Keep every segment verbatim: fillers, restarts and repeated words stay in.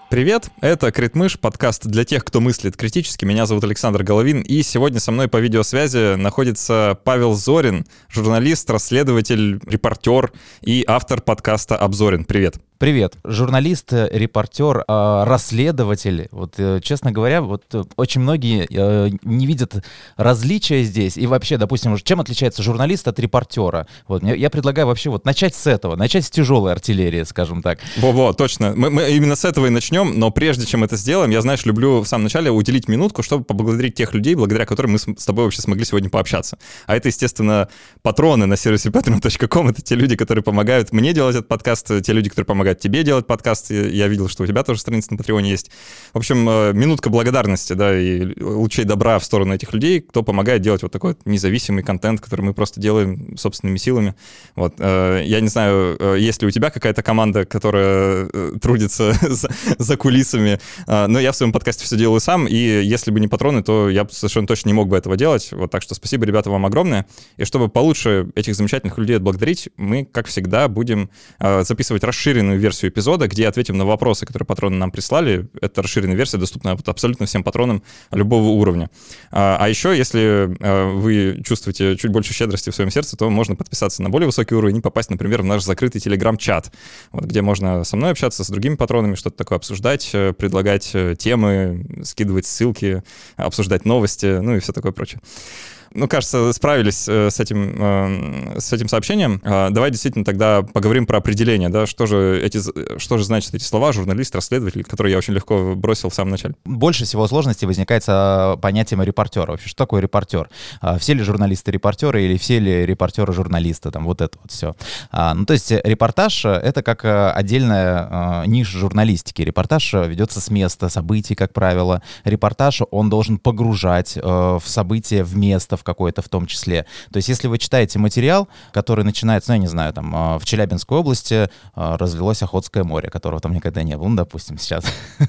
Привет, это Критмыш, подкаст для тех, кто мыслит критически. Меня зовут Александр Головин, и сегодня со мной по видеосвязи находится Павел Зорин, журналист, расследователь, репортер и автор подкаста «Обзорин». Привет. Привет. Журналист, репортер, расследователь. Вот, честно говоря, вот очень многие не видят различия здесь. И вообще, допустим, чем отличается журналист от репортера? Вот, я предлагаю вообще вот начать с этого, начать с тяжелой артиллерии, скажем так. Во-во, точно. Мы, мы именно с этого и начнем, но прежде чем это сделаем, я, знаешь, люблю в самом начале уделить минутку, чтобы поблагодарить тех людей, благодаря которым мы с тобой вообще смогли сегодня пообщаться. А это, естественно, патроны на сервисе patreon точка com. Это те люди, которые помогают мне делать этот подкаст, те люди, которые помогают тебе делать подкаст. Я видел, что у тебя тоже страница на Патреоне есть. В общем, минутка благодарности, да, и лучей добра в сторону этих людей, кто помогает делать вот такой вот независимый контент, который мы просто делаем собственными силами. Вот. Я не знаю, есть ли у тебя какая-то команда, которая трудится за, за кулисами, но я в своем подкасте все делаю сам, и если бы не патроны, то я совершенно точно не мог бы этого делать. Вот, так что спасибо, ребята, вам огромное. И чтобы получше этих замечательных людей отблагодарить, мы, как всегда, будем записывать расширенную версию эпизода, где ответим на вопросы, которые патроны нам прислали. Эта расширенная версия доступна абсолютно всем патронам любого уровня. А еще, если вы чувствуете чуть больше щедрости в своем сердце, то можно подписаться на более высокий уровень и попасть, например, в наш закрытый телеграм-чат, вот, где можно со мной общаться, с другими патронами, что-то такое обсуждать, предлагать темы, скидывать ссылки, обсуждать новости, ну и все такое прочее. Ну, кажется, справились э, с этим, э, с этим сообщением. Э, давай действительно тогда поговорим про определение, да, что же, эти, что же значат эти слова журналист, расследователь, которые я очень легко бросил в самом начале. Больше всего сложностей возникает с понятием репортера. Вообще, что такое репортер? А, все ли журналисты репортеры или все ли репортеры журналисты? Там вот это вот все. А, ну, то есть репортаж — это как отдельная а, ниша журналистики. Репортаж ведется с места событий, как правило. Репортаж, он должен погружать а, в события, в место, в какое-то в том числе. То есть если вы читаете материал, который начинается, ну, я не знаю, там, в Челябинской области разлилось Охотское море, которого там никогда не было, ну, допустим, сейчас.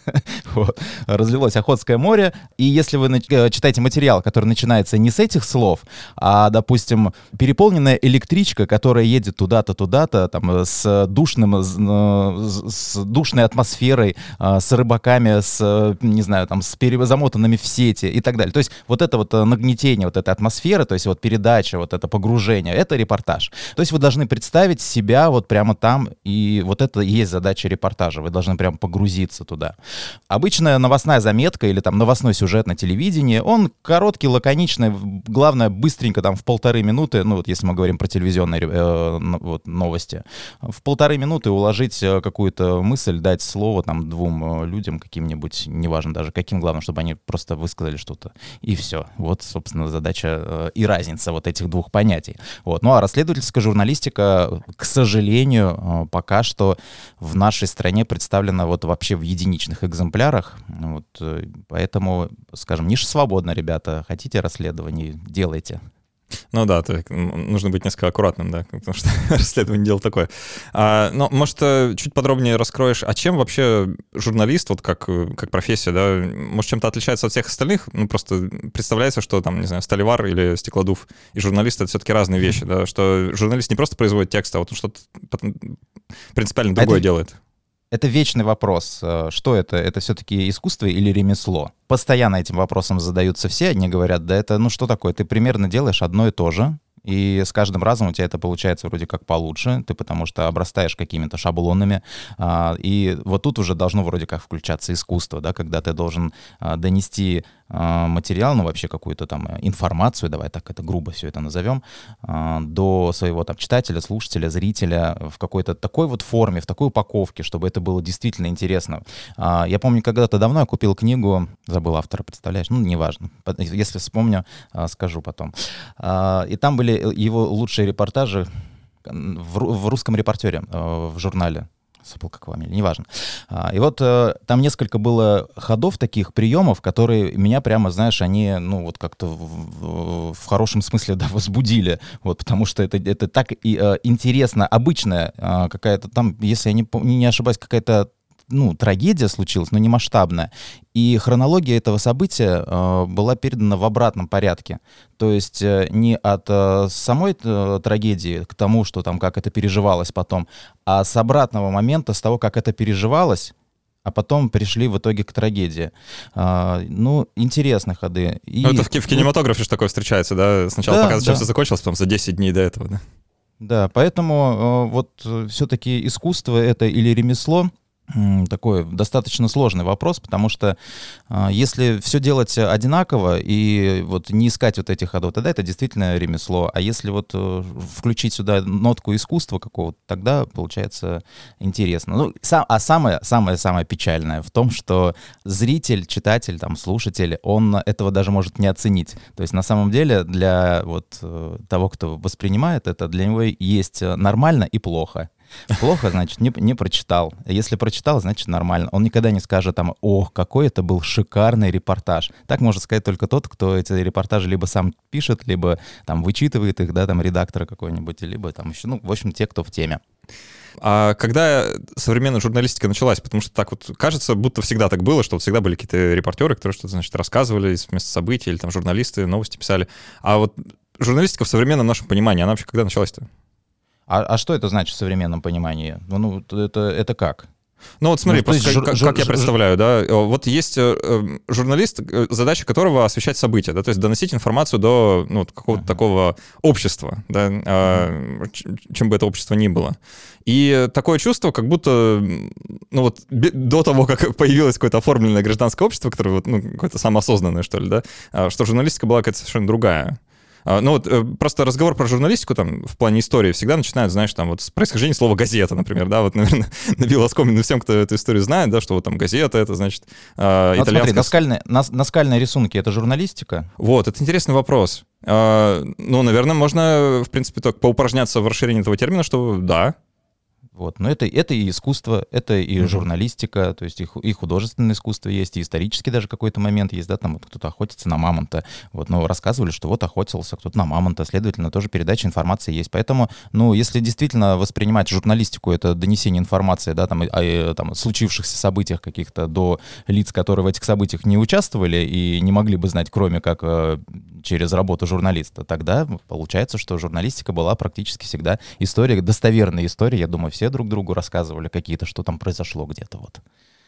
Вот. Разлилось Охотское море, и если вы читаете материал, который начинается не с этих слов, а, допустим, переполненная электричка, которая едет туда-то, туда-то, там, с душным, с душной атмосферой, с рыбаками, с, не знаю, там, с перезамотанными в сети и так далее. То есть вот это вот нагнетение, вот это атмосфера, то есть вот передача, вот это погружение, это репортаж. То есть вы должны представить себя вот прямо там, и вот это и есть задача репортажа, вы должны прям погрузиться туда. Обычная новостная заметка или там новостной сюжет на телевидении, он короткий, лаконичный, главное быстренько там в полторы минуты, ну вот если мы говорим про телевизионные э, вот, новости, в полторы минуты уложить какую-то мысль, дать слово там двум людям каким-нибудь, неважно даже каким, главное, чтобы они просто высказали что-то, и все. Вот, собственно, задача и разница вот этих двух понятий. Вот. Ну а расследовательская журналистика, к сожалению, пока что в нашей стране представлена вот вообще в единичных экземплярах. Вот. Поэтому, скажем, ниша свободна, ребята. Хотите расследований — делайте. Ну да, так, нужно быть несколько аккуратным, да, потому что расследование дело такое. А, но, может, чуть подробнее раскроешь, а чем вообще журналист, вот как, как профессия, да, может, чем-то отличается от всех остальных? Ну, просто представляется, что там, не знаю, столевар или стеклодув и журналист — это все-таки разные вещи, да, что журналист не просто производит текст, а вот он что-то принципиально другое это... делает. Это вечный вопрос. Что это? Это все-таки искусство или ремесло? Постоянно этим вопросом задаются все. Одни говорят, да это, ну что такое? Ты примерно делаешь одно и то же. И с каждым разом у тебя это получается вроде как получше, ты потому что обрастаешь какими-то шаблонами, а, и вот тут уже должно вроде как включаться искусство, да, когда ты должен а, донести а, материал, ну вообще какую-то там информацию, давай так это грубо все это назовем, а, до своего там читателя, слушателя, зрителя в какой-то такой вот форме, в такой упаковке, чтобы это было действительно интересно. А, я помню, когда-то давно я купил книгу, забыл автора, представляешь, ну неважно, если вспомню, а, скажу потом. А, и там были его лучшие репортажи в, в русском репортере, в журнале. Забыл, как фамилия, неважно. И вот там несколько было ходов таких, приемов, которые меня прямо, знаешь, они, ну, вот как-то в, в хорошем смысле, да, возбудили. Вот, потому что это, это так и, э, интересно, обычная э, какая-то там, если я не, не ошибаюсь, какая-то, ну, трагедия случилась, но не масштабная. И хронология этого события э, была передана в обратном порядке. То есть э, не от э, самой э, трагедии к тому, что там, как это переживалось потом, а с обратного момента, с того, как это переживалось, а потом пришли в итоге к трагедии. А, ну, интересные ходы. И... Ну, это в, в кинематографе же такое встречается, да? Сначала да, показывают, да. чем все закончилось, потом за десять дней до этого, да? Да, поэтому э, вот все-таки искусство это или ремесло, такой достаточно сложный вопрос, потому что э, если все делать одинаково и вот не искать вот этих ходов, тогда это действительно ремесло. А если вот э, включить сюда нотку искусства какого-то, тогда получается интересно. Ну, сам, а самое, самое, самое печальное в том, что зритель, читатель, там, слушатель, он этого даже может не оценить. То есть на самом деле для вот э, того, кто воспринимает это, для него есть нормально и плохо. Плохо, значит, не, не прочитал. Если прочитал, значит, нормально. Он никогда не скажет там, ох, какой это был шикарный репортаж. Так может сказать только тот, кто эти репортажи либо сам пишет, либо там вычитывает их, да, там редактора какой-нибудь, либо там еще, ну, в общем, те, кто в теме. А когда современная журналистика началась? Потому что так вот кажется, будто всегда так было, что вот всегда были какие-то репортеры, которые что-то, значит, рассказывали с места событий, или там журналисты новости писали. А вот журналистика в современном нашем понимании, она вообще когда началась-то? А, а что это значит в современном понимании? Ну, это, это как? Ну вот смотри, ну, просто жур, как, жур, как я представляю, да, вот есть э, журналист, задача которого освещать события, да, то есть доносить информацию до ну, какого-то uh-huh. такого общества, да, э, uh-huh. чем бы это общество ни было. И такое чувство, как будто, ну вот до того, как появилось какое-то оформленное гражданское общество, которое вот, ну, какое-то самоосознанное, что ли, да, что журналистика была какая-то совершенно другая. Ну вот просто разговор про журналистику там в плане истории всегда начинают, знаешь, там вот с происхождения слова «газета», например, да, вот, наверное, набил оскомину всем, кто эту историю знает, да, что вот там газета, это, значит, э, вот итальянская... смотри, наскальные, нас, наскальные рисунки — это журналистика? Вот, это интересный вопрос. Э, ну, наверное, можно, в принципе, так поупражняться в расширении этого термина, что да. Вот. Но это, это и искусство, это и mm-hmm. журналистика, то есть и, и художественное искусство есть, и исторический даже какой-то момент есть, да, там вот кто-то охотится на мамонта, вот, но рассказывали, что вот охотился кто-то на мамонта, следовательно, тоже передача информации есть. Поэтому, ну, если действительно воспринимать журналистику, это донесение информации, да, там, о, там, случившихся событиях каких-то до лиц, которые в этих событиях не участвовали и не могли бы знать, кроме как э, через работу журналиста, тогда получается, что журналистика была практически всегда история, достоверная история, я думаю, все друг другу рассказывали какие-то, что там произошло где-то вот.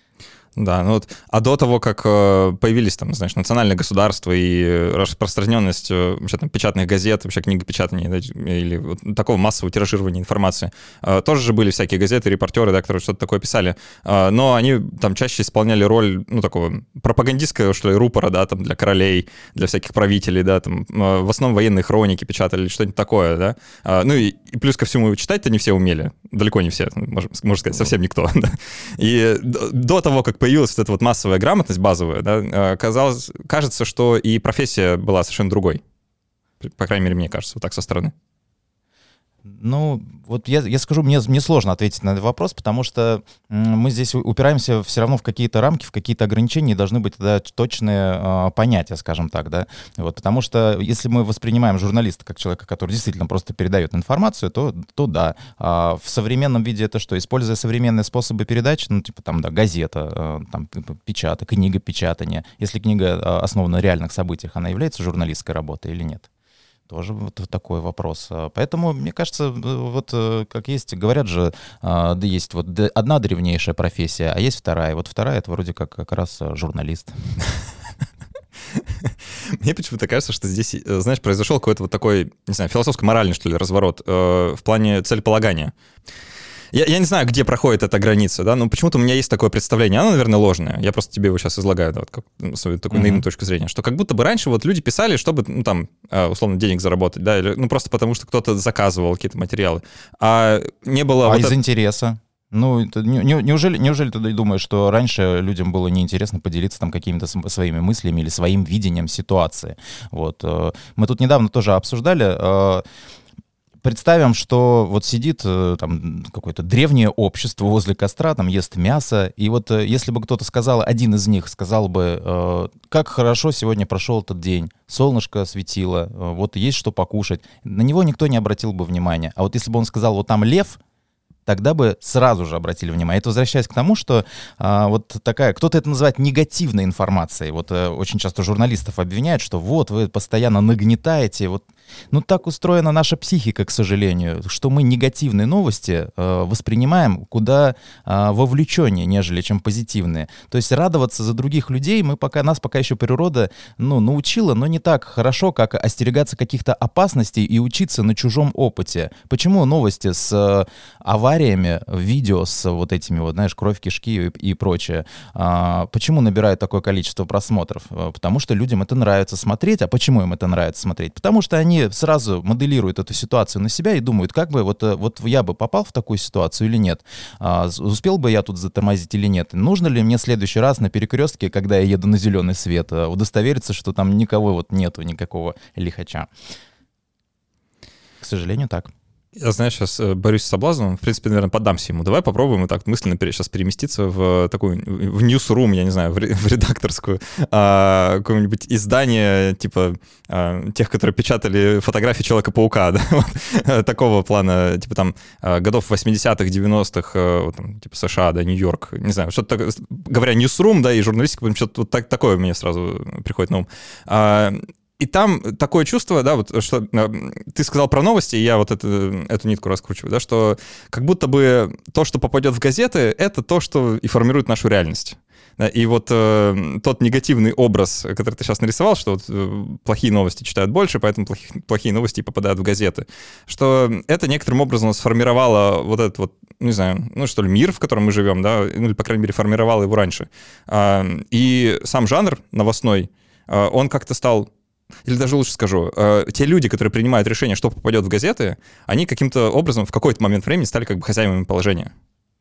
Да, ну вот, а до того, как э, появились там, знаешь, национальные государства и распространенность э, вообще там печатных газет, вообще книгопечатания, да, или вот такого массового тиражирования информации, э, тоже же были всякие газеты, репортеры, да, которые что-то такое писали, э, но они там чаще исполняли роль, ну, такого пропагандистского, что ли, рупора, да, там для королей, для всяких правителей, да, там э, в основном военные хроники печатали, что-нибудь такое, да, э, ну и, и плюс ко всему читать-то не все умели, далеко не все, можно, можно сказать, совсем никто, да, и до, до того, как появилась вот эта вот массовая грамотность базовая, да, казалось, кажется, что и профессия была совершенно другой. По крайней мере, мне кажется, вот так со стороны. Ну, вот я, я скажу, мне, мне сложно ответить на этот вопрос, потому что мы здесь упираемся все равно в какие-то рамки, в какие-то ограничения, и должны быть тогда точные э, понятия, скажем так, да. Вот, потому что если мы воспринимаем журналиста как человека, который действительно просто передает информацию, то, то да. А в современном виде это что? Используя современные способы передачи, ну, типа там, да, газета, э, там, печатка, книга печатания. Если книга основана на реальных событиях, она является журналистской работой или нет? Тоже вот такой вопрос. Поэтому, мне кажется, вот как есть, говорят же, да, есть вот одна древнейшая профессия, а есть вторая. Вот вторая — это вроде как как раз журналист. Мне почему-то кажется, что здесь, знаешь, произошел какой-то вот такой, не знаю, философско-моральный, что ли, разворот э, в плане целеполагания. Я, я не знаю, где проходит эта граница, да, но почему-то у меня есть такое представление, оно, наверное, ложное. Я просто тебе его сейчас излагаю, да, вот как свою такую mm-hmm. наивную точку зрения, что как будто бы раньше вот люди писали, чтобы, ну, там, условно, денег заработать, да, или, ну, просто потому что кто-то заказывал какие-то материалы, а не было... А вот из это... интереса? Ну, это, не, неужели, неужели ты думаешь, что раньше людям было неинтересно поделиться там какими-то своими мыслями или своим видением ситуации? Вот. Мы тут недавно тоже обсуждали... Представим, что вот сидит там какое-то древнее общество возле костра, там ест мясо, и вот если бы кто-то сказал, один из них сказал бы, как хорошо сегодня прошел этот день, солнышко светило, вот есть что покушать, на него никто не обратил бы внимания. А вот если бы он сказал, вот там лев, тогда бы сразу же обратили внимание. Это возвращаясь к тому, что а, вот такая, кто-то это называет негативной информацией. Вот а, очень часто журналистов обвиняют, что вот вы постоянно нагнетаете. Вот Ну, так устроена наша психика, к сожалению, что мы негативные новости э, воспринимаем куда э, вовлеченнее, нежели чем позитивные. То есть радоваться за других людей мы пока, нас пока еще природа ну, научила, но не так хорошо, как остерегаться каких-то опасностей и учиться на чужом опыте. Почему новости с э, авариями, видео с вот этими, вот, знаешь, кровь, кишки и, и прочее, э, почему набирают такое количество просмотров? Потому что людям это нравится смотреть. А почему им это нравится смотреть? Потому что они сразу моделируют эту ситуацию на себя и думают, как бы вот, вот я бы попал в такую ситуацию или нет, а, успел бы я тут затормозить или нет, нужно ли мне в следующий раз на перекрестке, когда я еду на зеленый свет, удостовериться, что там никого вот нету, никакого лихача. К сожалению, так. Я, знаешь, сейчас борюсь с соблазном. В принципе, наверное, поддамся ему. Давай попробуем и так мысленно сейчас переместиться в такую, в ньюсрум, я не знаю, в редакторскую, а, какое-нибудь издание, типа а, тех, которые печатали фотографии Человека-паука, да? Вот, такого плана, типа там годов восьмидесятых, девяностых, там, типа США, да, Нью-Йорк, не знаю, что-то такое. Говоря ньюсрум, да, и журналистика, что-то вот так, такое мне сразу приходит на ум. А, И там такое чувство, да, вот что ты сказал про новости, и я вот эту, эту нитку раскручиваю, да, что как будто бы то, что попадет в газеты, это то, что и формирует нашу реальность. Да, и вот э, тот негативный образ, который ты сейчас нарисовал, что вот, э, плохие новости читают больше, поэтому плохие, плохие новости попадают в газеты, что это некоторым образом сформировало вот этот вот, не знаю, ну что ли, мир, в котором мы живем, да, ну или, по крайней мере, формировало его раньше. А, и сам жанр новостной, а, он как-то стал... Или даже лучше скажу, э, те люди, которые принимают решение, что попадет в газеты, они каким-то образом в какой-то момент времени стали как бы хозяевами положения.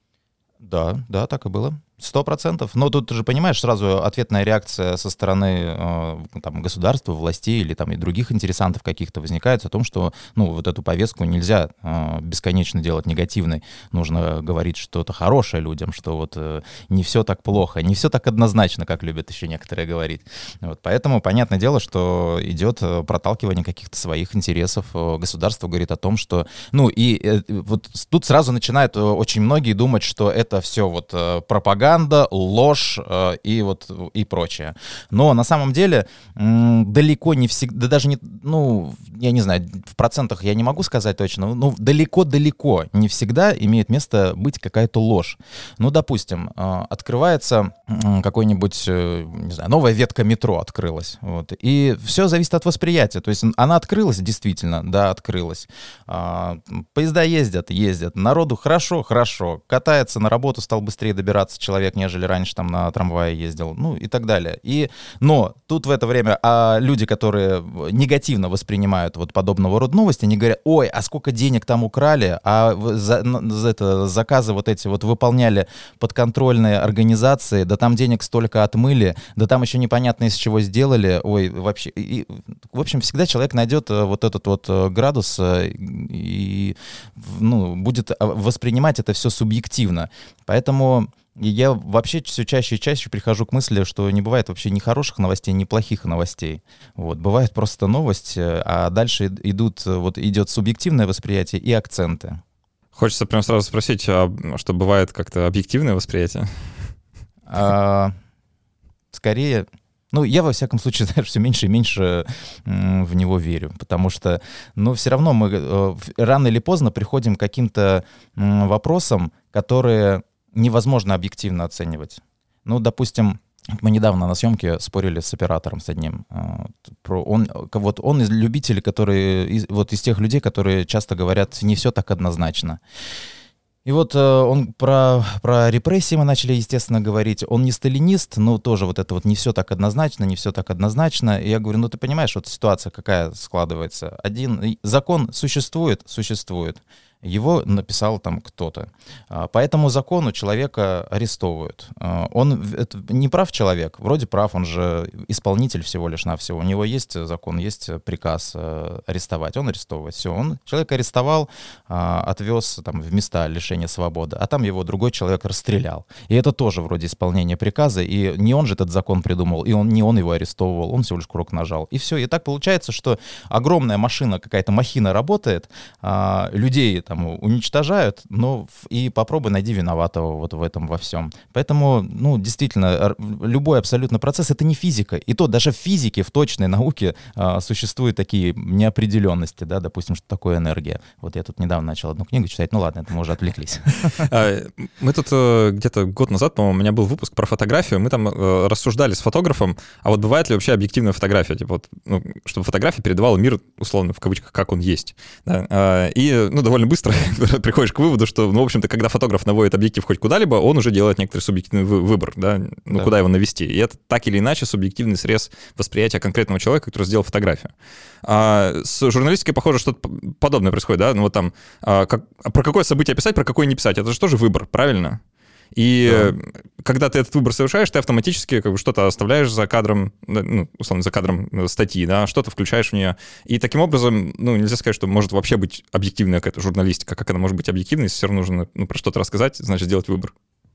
Да, да, так и было. Сто процентов. Но тут ты же понимаешь, сразу ответная реакция со стороны э, там, государства, властей или там и других интересантов каких-то возникает о том, что ну, вот эту повестку нельзя э, бесконечно делать негативной. Нужно говорить что-то хорошее людям, что вот э, не все так плохо, не все так однозначно, как любят еще некоторые говорить. Вот, поэтому понятное дело, что идет проталкивание каких-то своих интересов. Государство говорит о том, что... Ну и э, вот тут сразу начинают очень многие думать, что это все вот э, пропаганда, ложь э, и вот и прочее. Но на самом деле м, далеко не всегда, да даже не, ну, я не знаю, в процентах я не могу сказать точно, но далеко-далеко не всегда имеет место быть какая-то ложь. Ну, допустим, э, открывается э, какой-нибудь, э, не знаю, новая ветка метро открылась, вот, и все зависит от восприятия. То есть она открылась, действительно, да, открылась. Э, поезда ездят, ездят, народу хорошо, хорошо, катается на работу, стал быстрее добираться человек, нежели раньше там на трамвае ездил, ну и так далее. И, но тут в это время а люди, которые негативно воспринимают вот подобного рода новости, они говорят, ой, а сколько денег там украли, а за, за это, заказы вот эти вот выполняли подконтрольные организации, да там денег столько отмыли, да там еще непонятно из чего сделали, ой, вообще. И, в общем, всегда человек найдет вот этот вот градус и ну, будет воспринимать это все субъективно. Поэтому и я вообще все чаще и чаще прихожу к мысли, что не бывает вообще ни хороших новостей, ни плохих новостей. Вот. Бывает просто новость, а дальше идут, вот идет субъективное восприятие и акценты. Хочется прям сразу спросить, а что бывает как-то объективное восприятие? А, скорее... Ну, я, во всяком случае, знаешь, все меньше и меньше м, в него верю, потому что, ну, все равно мы э, рано или поздно приходим к каким-то м, вопросам, которые невозможно объективно оценивать. Ну, допустим, мы недавно на съемке спорили с оператором, с одним. Про он, вот он из любителей, которые, из, вот из тех людей, которые часто говорят, не все так однозначно. И вот э, он про, про репрессии мы начали, естественно, говорить. Он не сталинист, но тоже вот это вот не все так однозначно, не все так однозначно. И я говорю, ну ты понимаешь, вот ситуация какая складывается. Один закон существует, существует. Его написал там кто-то. По этому закону человека арестовывают. Он это не прав человек, вроде прав, он же исполнитель всего лишь навсего. У него есть закон, есть приказ арестовать, он арестовывает. Все, он человека арестовал, отвез там в места лишения свободы, а там его другой человек расстрелял. И это тоже вроде исполнения приказа, и не он же этот закон придумал, и он, не он его арестовывал, он всего лишь курок нажал. И все, и так получается, что огромная машина, какая-то махина работает, людей там уничтожают, но и попробуй найди виноватого вот в этом во всем. Поэтому, ну, действительно, любой абсолютно процесс — это не физика. И то даже в физике, в точной науке а, существуют такие неопределенности, да, допустим, что такое энергия. Вот я тут недавно начал одну книгу читать, ну ладно, это мы уже отвлеклись. Мы тут где-то год назад, по-моему, у меня был выпуск про фотографию, мы там рассуждали с фотографом, а вот бывает ли вообще объективная фотография, типа вот, ну, чтобы фотография передавала мир, условно, в кавычках, как он есть. Да? И, ну, довольно быстро приходишь к выводу, что, ну, в общем-то, когда фотограф наводит объектив хоть куда-либо, он уже делает некоторый субъективный выбор, да, ну, да. Куда его навести. И это так или иначе субъективный срез восприятия конкретного человека, который сделал фотографию. А с журналистикой, похоже, что-то подобное происходит, да, ну, вот там, а, как, про какое событие писать, про какое не писать, это же тоже выбор, правильно? И да. Когда ты этот выбор совершаешь, ты автоматически как бы что-то оставляешь за кадром, ну, условно, за кадром статьи, да, что-то включаешь в нее. И таким образом, ну, нельзя сказать, что может вообще быть объективная какая-то журналистика. Как она может быть объективной, если все равно нужно, ну, про что-то рассказать, значит, сделать выбор.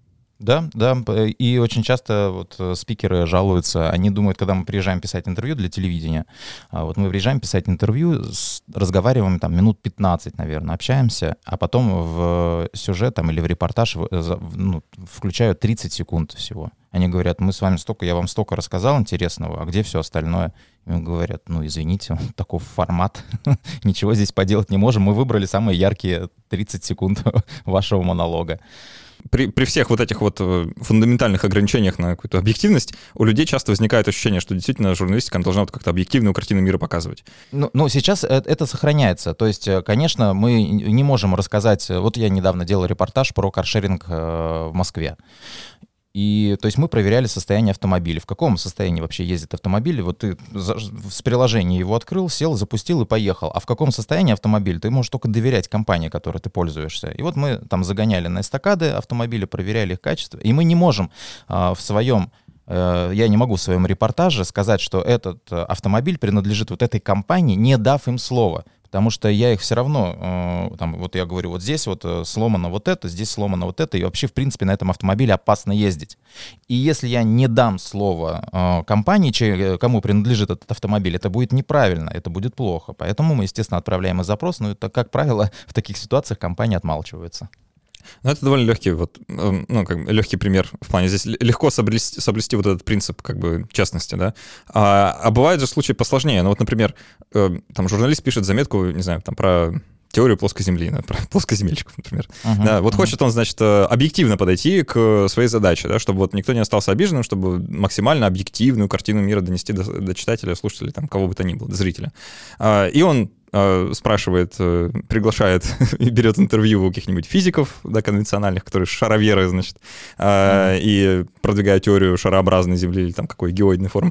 Да, да, и очень часто вот спикеры жалуются, они думают, когда мы приезжаем писать интервью для телевидения, вот мы приезжаем писать интервью, разговариваем там минут пятнадцать, наверное, общаемся, а потом в сюжет там, или в репортаж ну, включают тридцать секунд всего. Они говорят, мы с вами столько, я вам столько рассказал интересного, а где все остальное? И говорят, ну, извините, такой формат, ничего здесь поделать не можем, мы выбрали самые яркие тридцать секунд вашего монолога. При, при всех вот этих вот фундаментальных ограничениях на какую-то объективность у людей часто возникает ощущение, что действительно журналистика должна вот как-то объективную картину мира показывать. Ну, ну, сейчас это сохраняется. То есть, конечно, мы не можем рассказать... Вот я недавно делал репортаж про каршеринг в Москве. И, то есть мы проверяли состояние автомобиля. В каком состоянии вообще ездит автомобиль? Вот ты с приложения его открыл, сел, запустил и поехал. А в каком состоянии автомобиль? Ты можешь только доверять компании, которой ты пользуешься. И вот мы там загоняли на эстакады автомобили, проверяли их качество. И мы не можем а, в своем... А, я не могу в своем репортаже сказать, что этот автомобиль принадлежит вот этой компании, не дав им слова. Потому что я их все равно, э, там, вот я говорю, вот здесь вот сломано вот это, здесь сломано вот это, и вообще, в принципе, на этом автомобиле опасно ездить. И если я не дам слова э, компании, чей, кому принадлежит этот автомобиль, это будет неправильно, это будет плохо. Поэтому мы, естественно, отправляем и запрос, но это, как правило, в таких ситуациях компания отмалчивается. Ну, это довольно легкий, вот, ну, как бы легкий пример в плане. Здесь легко соблюсти, соблюсти вот этот принцип, как бы, честности, да. А, а бывают же случаи посложнее. Ну, вот, например, там журналист пишет заметку, не знаю, там, про теорию плоской земли, да, про плоскоземельщиков, например. Uh-huh, да, вот uh-huh. хочет он, значит, объективно подойти к своей задаче, да, чтобы вот никто не остался обиженным, чтобы максимально объективную картину мира донести до, до читателя, слушателя, там, кого бы то ни было, до зрителя. А, и он спрашивает, приглашает и берет интервью у каких-нибудь физиков, да, конвенциональных, которые шароверы, значит, mm-hmm. и продвигают теорию шарообразной Земли или там какой геоидной формы.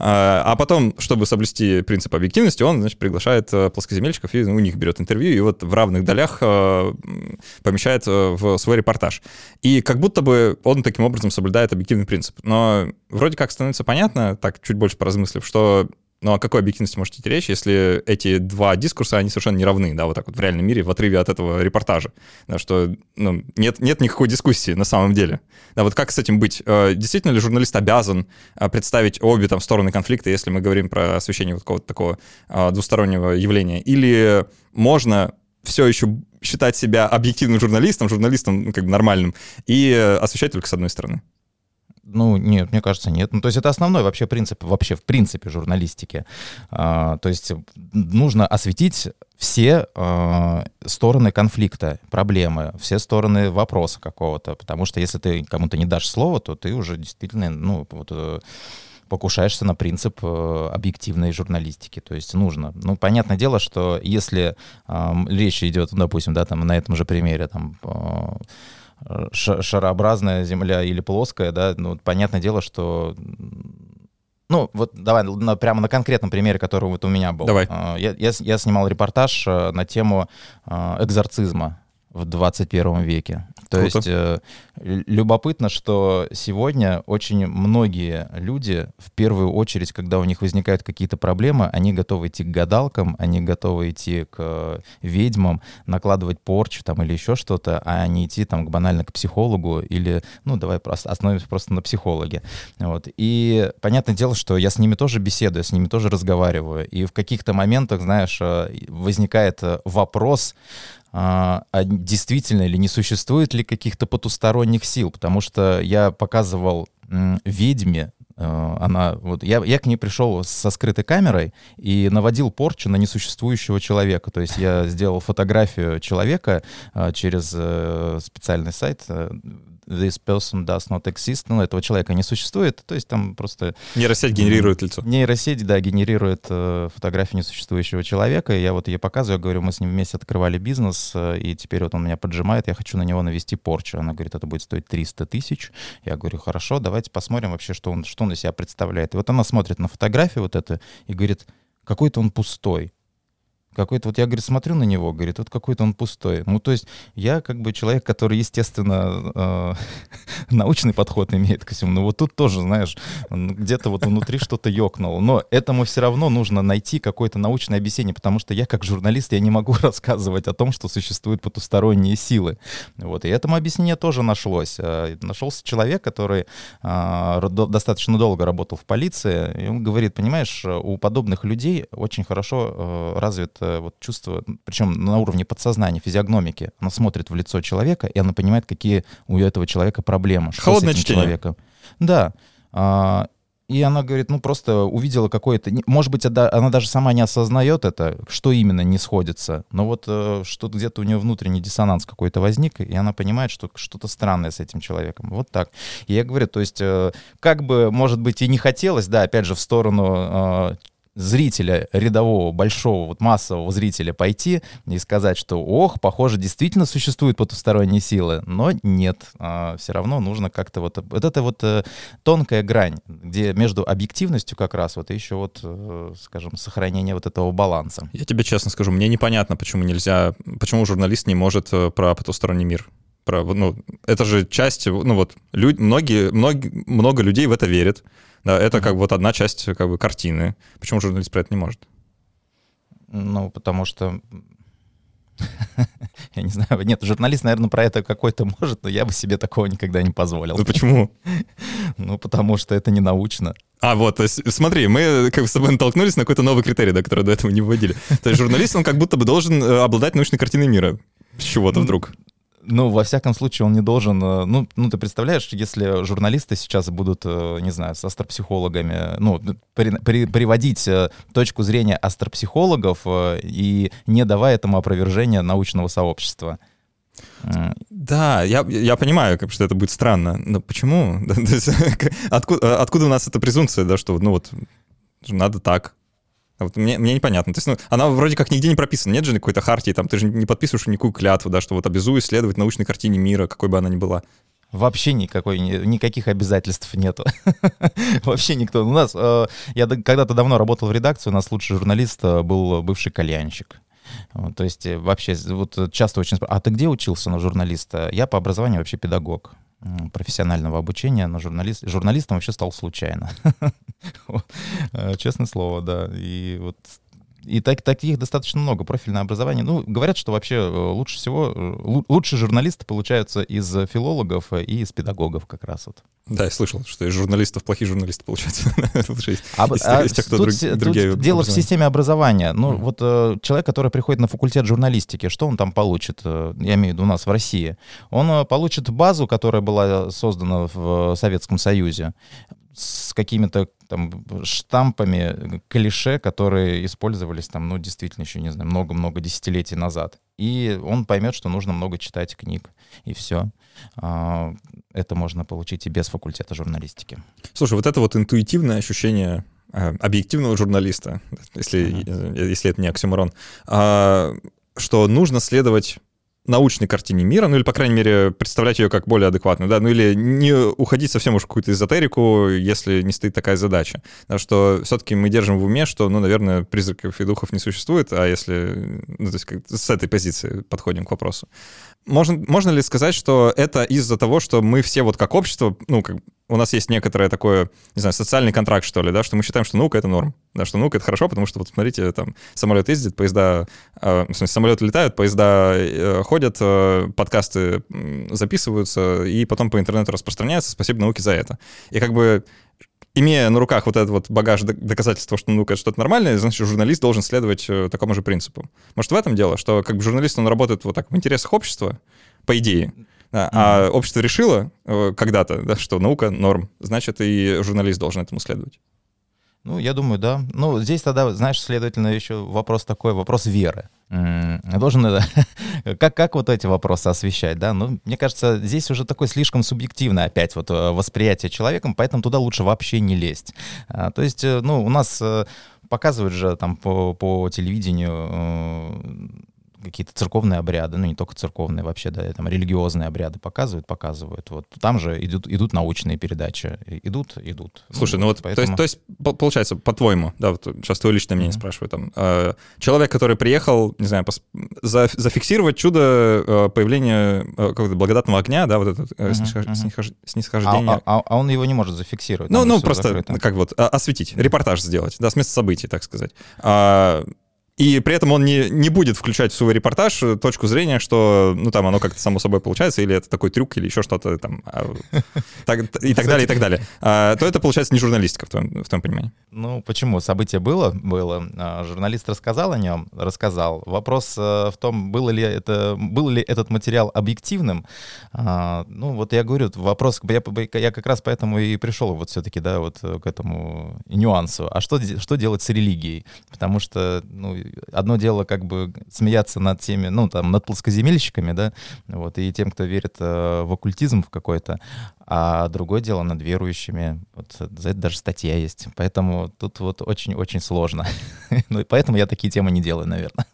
А потом, чтобы соблюсти принцип объективности, он, значит, приглашает плоскоземельщиков и у них берет интервью и вот в равных долях помещает в свой репортаж. И как будто бы он таким образом соблюдает объективный принцип. Но вроде как становится понятно, так чуть больше поразмыслив, что ну, о какой объективности можете идти речь, если эти два дискурса, они совершенно не равны, да, вот так вот в реальном мире, в отрыве от этого репортажа, да, что, ну, нет, нет никакой дискуссии на самом деле. Да, вот как с этим быть? Действительно ли журналист обязан представить обе там стороны конфликта, если мы говорим про освещение вот какого-то такого двустороннего явления? Или можно все еще считать себя объективным журналистом, журналистом, ну, как бы нормальным, и освещать только с одной стороны? Ну, нет, мне кажется, нет. Ну, то есть это основной вообще принцип, вообще в принципе журналистики. А, то есть нужно осветить все а, стороны конфликта, проблемы, все стороны вопроса какого-то, потому что если ты кому-то не дашь слова, то ты уже действительно, ну, вот, покушаешься на принцип э, объективной журналистики. То есть нужно. Ну, понятное дело, что если э, речь идет, допустим, да, там, на этом же примере, там, э, шарообразная земля или плоская, да, ну, понятное дело, что... Ну, вот давай на, прямо на конкретном примере, который вот у меня был. Давай. Я, я, я снимал репортаж на тему экзорцизма в двадцать первом веке. То Круто. есть э, любопытно, что сегодня очень многие люди, в первую очередь, когда у них возникают какие-то проблемы, они готовы идти к гадалкам, они готовы идти к ведьмам, накладывать порчу там или еще что-то, а не идти там банально к психологу или, ну, давай просто остановимся просто на психологе. Вот. И понятное дело, что я с ними тоже беседую, с ними тоже разговариваю. И в каких-то моментах, знаешь, возникает вопрос, а, а действительно ли, не существует ли каких-то потусторонних сил, потому что я показывал м, ведьме, она, вот, я, я к ней пришел со скрытой камерой и наводил порчу на несуществующего человека. То есть я сделал фотографию человека а, через а, специальный сайт «This person does not exist», ну, этого человека не существует, то есть там просто... Нейросеть генерирует лицо. Нейросеть, да, генерирует э, фотографию несуществующего человека, и я вот ей показываю, говорю, мы с ним вместе открывали бизнес, э, и теперь вот он меня поджимает, я хочу на него навести порчу. Она говорит, это будет стоить триста тысяч. Я говорю, хорошо, давайте посмотрим вообще, что он, что он из себя представляет. И вот она смотрит на фотографию вот эту и говорит, какой-то он пустой. Какой-то, вот я, говорит, смотрю на него, говорит, вот какой-то он пустой. Ну, то есть я как бы человек, который, естественно, э, научный подход имеет ко всему. Но вот тут тоже, знаешь, где-то вот внутри что-то ёкнуло. Но этому все равно нужно найти какое-то научное объяснение, потому что я как журналист, я не могу рассказывать о том, что существуют потусторонние силы. Вот. И этому объяснение тоже нашлось. Нашелся человек, который э, достаточно долго работал в полиции, и он говорит, понимаешь, у подобных людей очень хорошо э, развит вот чувство, причем на уровне подсознания, физиогномики. Она смотрит в лицо человека, и она понимает, какие у этого человека проблемы. Что Холодное с этим чтение. Человеком. Да. А, и она говорит, ну просто увидела какое-то... Может быть, она даже сама не осознает это, что именно не сходится, но вот что-то где-то у нее внутренний диссонанс какой-то возник, и она понимает, что что-то странное с этим человеком. Вот так. И я говорю, то есть как бы, может быть, и не хотелось, да, опять же, в сторону... зрителя, рядового, большого, вот массового зрителя пойти и сказать, что ох, похоже, действительно существуют потусторонние силы, но нет, а, все равно нужно как-то вот, вот это вот э, тонкая грань, где между объективностью как раз вот и еще вот, э, скажем, сохранение вот этого баланса. Я тебе честно скажу, мне непонятно, почему нельзя, почему журналист не может про потусторонний мир. Про, ну, это же часть, ну вот, люди, многие, многие, много людей в это верят. Да, это mm-hmm. как вот одна часть как бы картины. Почему журналист про это не может? Ну, потому что... Я не знаю, нет, журналист, наверное, про это какой-то может, но я бы себе такого никогда не позволил. Ну почему? Ну, потому что это не научно. А, вот, то есть, смотри, мы как бы с тобой натолкнулись на какой-то новый критерий, да, который до этого не вводили. То есть журналист, он как будто бы должен обладать научной картиной мира. С чего-то вдруг. Ну, во всяком случае, он не должен... Ну, ну, ты представляешь, если журналисты сейчас будут, не знаю, с астропсихологами, ну, при, при, приводить точку зрения астропсихологов и не давая этому опровержения научного сообщества. Да, я, я понимаю, как, что это будет странно, но почему? Откуда, откуда у нас эта презумпция, да, что, ну, вот, надо так? Вот мне, мне непонятно. То есть, ну, она вроде как нигде не прописана. Нет же какой-то хартии, там, ты же не подписываешь никакую клятву, да, что вот обязуюсь следовать научной картине мира, какой бы она ни была. Вообще никакой, никаких обязательств нету. Вообще никто. У нас, я когда-то давно работал в редакции, у нас лучший журналист был бывший кальянщик. Вот, то есть вообще вот часто очень спрашивают, а ты где учился на журналиста? Я по образованию вообще педагог профессионального обучения, но журналист, журналистом вообще стал случайно. Честное слово, да. И вот и так, таких достаточно много, профильное образование. Ну, говорят, что вообще лучше всего, лучшие журналисты получаются из филологов и из педагогов как раз вот. Да, я слышал, что из журналистов плохие журналисты получаются. Дело в системе образования. Ну, вот человек, который приходит на факультет журналистики, что он там получит, я имею в виду у нас в России? Он получит базу, которая была создана в Советском Союзе, с какими-то там штампами, клише, которые использовались там, ну, действительно, еще, не знаю, много-много десятилетий назад. И он поймет, что нужно много читать книг, и все. Это можно получить и без факультета журналистики. Слушай, вот это вот интуитивное ощущение объективного журналиста, если, uh-huh. если это не оксюморон, что нужно следовать научной картине мира, ну или, по крайней мере, представлять ее как более адекватную, да, ну или не уходить совсем уж в какую-то эзотерику, если не стоит такая задача. Потому что все-таки мы держим в уме, что, ну, наверное, призраков и духов не существует, а если, ну, то есть как с этой позиции подходим к вопросу. Можно, можно ли сказать, что это из-за того, что мы все вот как общество, ну, как у нас есть некоторое такое, не знаю, социальный контракт, что ли, да, что мы считаем, что наука — это норм, да, что наука — это хорошо, потому что, вот смотрите, там, самолет ездит, поезда, э, в смысле, самолеты летают, поезда э, ходят, э, подкасты записываются и потом по интернету распространяются, спасибо науке за это. И как бы имея на руках вот этот вот багаж доказательства, что ну, это что-то нормальное, значит, журналист должен следовать такому же принципу. Может, в этом дело, что как бы журналист, он работает вот так в интересах общества, по идее, да, mm-hmm. а общество решило когда-то, да, что наука — норм, значит, и журналист должен этому следовать. Ну, я думаю, да. Ну, здесь тогда, знаешь, следовательно, еще вопрос такой, вопрос веры. Должен, как, как вот эти вопросы освещать, да? Ну, мне кажется, здесь уже такое слишком субъективное опять вот восприятие человеком, поэтому туда лучше вообще не лезть. То есть, ну, у нас показывают же там по, по телевидению какие-то церковные обряды, ну не только церковные, вообще, да, там религиозные обряды показывают, показывают. Вот там же идут, идут научные передачи, идут, идут. Слушай, ну, ну вот, поэтому... то, есть, то есть, получается, по-твоему, да, вот сейчас твое личное мнение mm-hmm. спрашиваю, там, э, человек, который приехал, не знаю, пос, за, зафиксировать чудо э, появления э, какого-то благодатного огня, да, вот это э, mm-hmm. снисхож, снисхож, снисхождение. А, а, а он его не может зафиксировать. Ну, ну просто, закрыто. Как вот, осветить, репортаж сделать, да, с места событий, так сказать. А, И при этом он не, не будет включать в свой репортаж точку зрения, что, ну, там, оно как-то само собой получается, или это такой трюк, или еще что-то там, так, и так далее, и так далее. А, то это, получается, не журналистика в твоем, в твоем понимании. Ну, почему? Событие было? Было. Журналист рассказал о нем? Рассказал. Вопрос в том, было ли, это, был ли этот материал объективным. А, ну, вот я говорю, вопрос, я, я как раз поэтому и пришел вот все-таки, да, вот к этому нюансу. А что, что делать с религией? Потому что, ну, одно дело как бы смеяться над теми, ну, там, над плоскоземельщиками, да, вот, и тем, кто верит э, в оккультизм в какой-то, а другое дело над верующими. Вот за это даже статья есть. Поэтому тут вот очень-очень сложно. Ну, и поэтому я такие темы не делаю, наверное.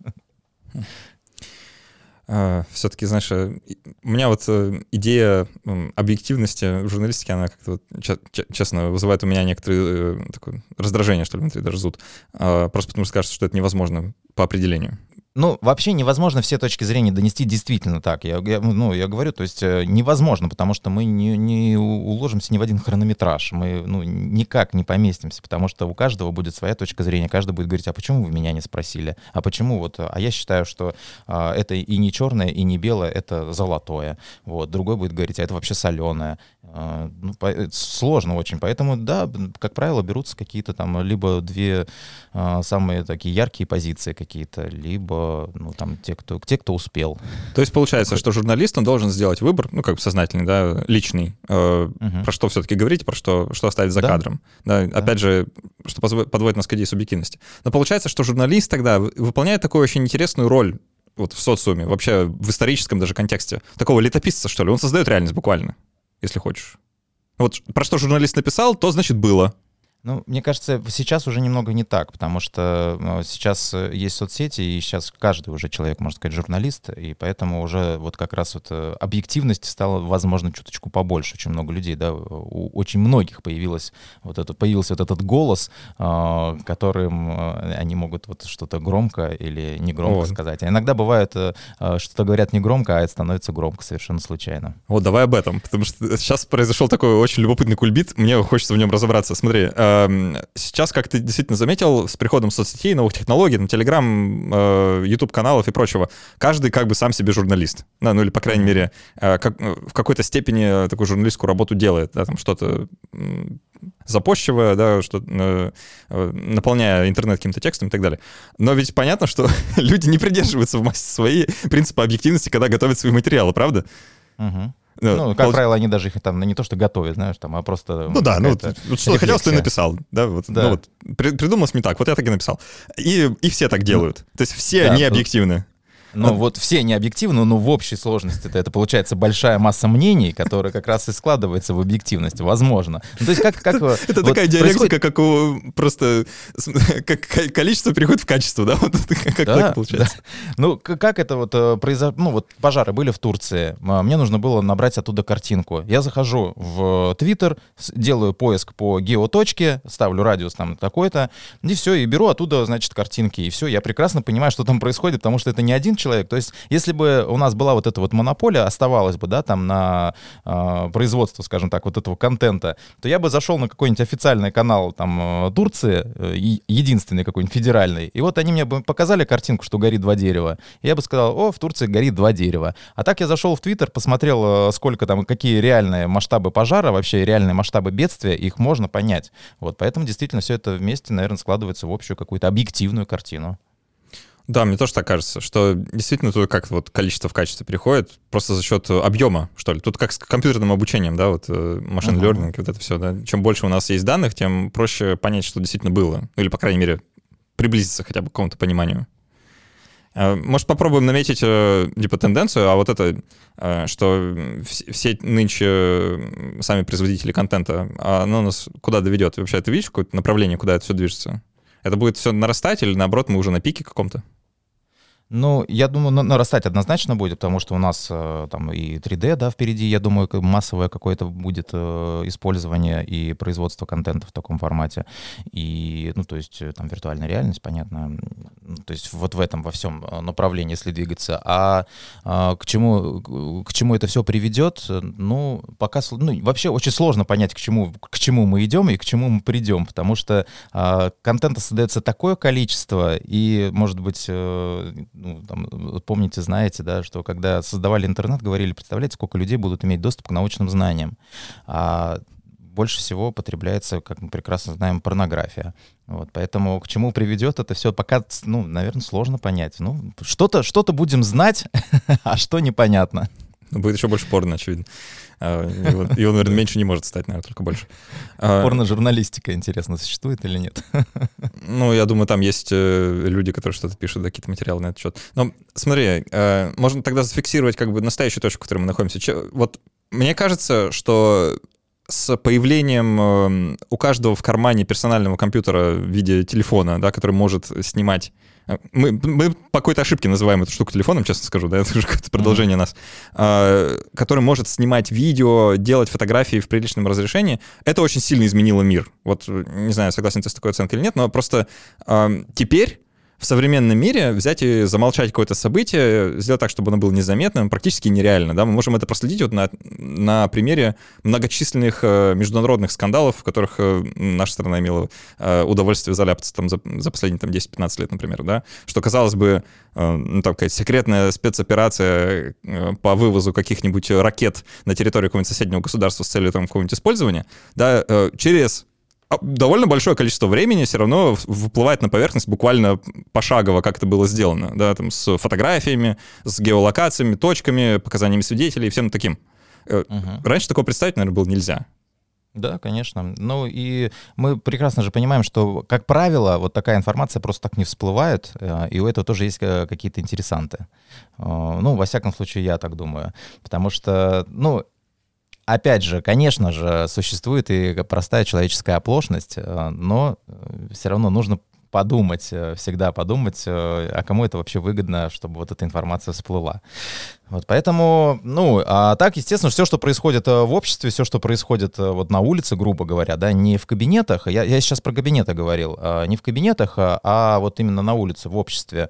Все-таки, знаешь, у меня вот идея объективности в журналистике, она как-то, вот, честно, вызывает у меня некоторые такое раздражение, что ли, внутри даже зуд. Просто потому что кажется, что это невозможно по определению. Ну, вообще невозможно все точки зрения донести действительно так. Я, я, ну, я говорю, то есть невозможно, потому что мы не, не уложимся ни в один хронометраж. Мы ну, никак не поместимся, потому что у каждого будет своя точка зрения. Каждый будет говорить, а почему вы меня не спросили? А почему вот... А я считаю, что а, это и не черное, и не белое, это золотое. Вот. Другой будет говорить, а это вообще соленое. А, ну, по, сложно очень. Поэтому, да, как правило, берутся какие-то там либо две а, самые такие яркие позиции какие-то, либо ну, там, те, кто, те, кто успел. То есть получается, что журналист, он должен сделать выбор, ну, как бы сознательный, да, личный, э, угу. про что все-таки говорить, про что, что оставить за да. кадром. Да, да. Опять же, что подводит нас к идее субъективности. Но получается, что журналист тогда выполняет такую очень интересную роль вот в социуме, вообще в историческом даже контексте. Такого летописца, что ли. Он создает реальность буквально, если хочешь. Вот про что журналист написал, то, значит, было. Ну, мне кажется, сейчас уже немного не так, потому что ну, сейчас есть соцсети, и сейчас каждый уже человек, можно сказать, журналист, и поэтому уже вот как раз вот объективности стало, возможно, чуточку побольше. Очень много людей, да, у очень многих появилось вот это, появился вот этот голос, э, которым они могут вот что-то громко или негромко вот. сказать. А иногда бывает, э, что-то говорят негромко, а это становится громко совершенно случайно. Вот давай об этом, потому что сейчас произошел такой очень любопытный кульбит, мне хочется в нем разобраться. Смотри, э, сейчас, как ты действительно заметил, с приходом соцсетей, новых технологий, на Телеграм, YouTube-каналов и прочего, каждый как бы сам себе журналист. Да, ну или, по крайней мере, как, в какой-то степени такую журналистскую работу делает. Да, там что-то запощивая, да, что, наполняя интернет каким-то текстом и так далее. Но ведь понятно, что люди не придерживаются в массе своей принципа объективности, когда готовят свои материалы, правда? Угу. Ну, ну, как Пол... правило, они даже их там не то что готовят, знаешь, там, а просто... Ну да, ну вот, вот что хотел, что и написал, да, вот, да. Ну, вот придумалось мне так, вот я так и написал. И, и все так делают, то есть все да, не объективны. Ну, вот все не объективны, но в общей сложности это получается большая масса мнений, которая как раз и складывается в объективность, возможно. Ну, то есть как... как это вот такая диалектика, происходит... как у... Просто как количество переходит в качество, да? Вот как да, так получается. Да. Ну, как это вот произошло? Ну, вот пожары были в Турции. Мне нужно было набрать оттуда картинку. Я захожу в Твиттер, делаю поиск по геоточке, ставлю радиус там такой-то, и все, и беру оттуда, значит, картинки. И все, я прекрасно понимаю, что там происходит, потому что это не один один человек. То есть если бы у нас была вот эта вот монополия, оставалась бы, да, там на э, производство, скажем так, вот этого контента, то я бы зашел на какой-нибудь официальный канал там Турции, э, единственный какой-нибудь федеральный, и вот они мне бы показали картинку, что горит два дерева, и я бы сказал: о, в Турции горит два дерева. А так я зашел в Твиттер, посмотрел, сколько там, какие реальные масштабы пожара, вообще реальные масштабы бедствия, их можно понять. Вот, поэтому действительно все это вместе, наверное, складывается в общую какую-то объективную картину. Да, мне тоже так кажется, что действительно тут как вот количество в качестве приходит просто за счет объема, что ли. Тут как с компьютерным обучением, да, вот машин learning, uh-huh. вот это все, да. Чем больше у нас есть данных, тем проще понять, что действительно было. Ну, или, по крайней мере, приблизиться хотя бы к какому-то пониманию. Может, попробуем наметить типа тенденцию, а вот это, что все нынче сами производители контента, оно нас куда доведет? Вообще, ты видишь какое-то направление, куда это все движется? Это будет все нарастать или, наоборот, мы уже на пике каком-то? Ну, я думаю, нарастать однозначно будет, потому что у нас э, там и три дэ, да, впереди, я думаю, массовое какое-то будет э, использование и производство контента в таком формате. И, ну, то есть там виртуальная реальность, понятно. То есть вот в этом во всем направлении, если двигаться. А, а к чему, к чему это все приведет, ну, пока, ну, вообще очень сложно понять, к чему, к чему мы идем и к чему мы придем, потому что а, контента создается такое количество, и, может быть, э, ну, там, помните, знаете, да, что когда создавали интернет, говорили: представляете, сколько людей будут иметь доступ к научным знаниям. А больше всего потребляется, как мы прекрасно знаем, порнография. Вот, поэтому к чему приведет это все, пока, ну, наверное, сложно понять. Ну, что-то, что-то будем знать, а что непонятно. Будет еще больше порно, очевидно. Его, его, наверное, меньше не может стать, наверное, только больше. Порно-журналистика, интересно, существует или нет? Ну, я думаю, там есть люди, которые что-то пишут, да, какие-то материалы на этот счет. Но смотри, можно тогда зафиксировать как бы настоящую точку, в которой мы находимся. Вот мне кажется, что с появлением у каждого в кармане персонального компьютера в виде телефона, да, который может снимать. Мы, мы по какой-то ошибке называем эту штуку телефоном, честно скажу, да, это уже какое-то продолжение mm-hmm. нас, а, который может снимать видео, делать фотографии в приличном разрешении. Это очень сильно изменило мир. Вот, не знаю, согласен ты с такой оценкой или нет, но просто а, теперь в современном мире взять и замолчать какое-то событие, сделать так, чтобы оно было незаметным, практически нереально. Да? Мы можем это проследить вот на, на примере многочисленных э, международных скандалов, в которых э, наша страна имела э, удовольствие заляпаться там, за, за последние там, десять-пятнадцать лет, например. Да? Что, казалось бы, э, ну, там, какая-то секретная спецоперация э, по вывозу каких-нибудь ракет на территорию какого-нибудь соседнего государства с целью там, какого-нибудь использования, да, э, через... довольно большое количество времени все равно выплывает на поверхность буквально пошагово, как это было сделано, да, там, с фотографиями, с геолокациями, точками, показаниями свидетелей и всем таким. Uh-huh. Раньше такого представить, наверное, было нельзя. Да, конечно. Ну и мы прекрасно же понимаем, что, как правило, вот такая информация просто так не всплывает, и у этого тоже есть какие-то интересанты. Ну, во всяком случае, я так думаю. Потому что, ну, опять же, конечно же, существует и простая человеческая оплошность, но все равно нужно подумать, всегда подумать, а кому это вообще выгодно, чтобы вот эта информация всплыла. Вот поэтому, ну, а так, естественно, все, что происходит в обществе, все, что происходит вот на улице, грубо говоря, да, не в кабинетах, я, я сейчас про кабинеты говорил, не в кабинетах, а вот именно на улице, в обществе,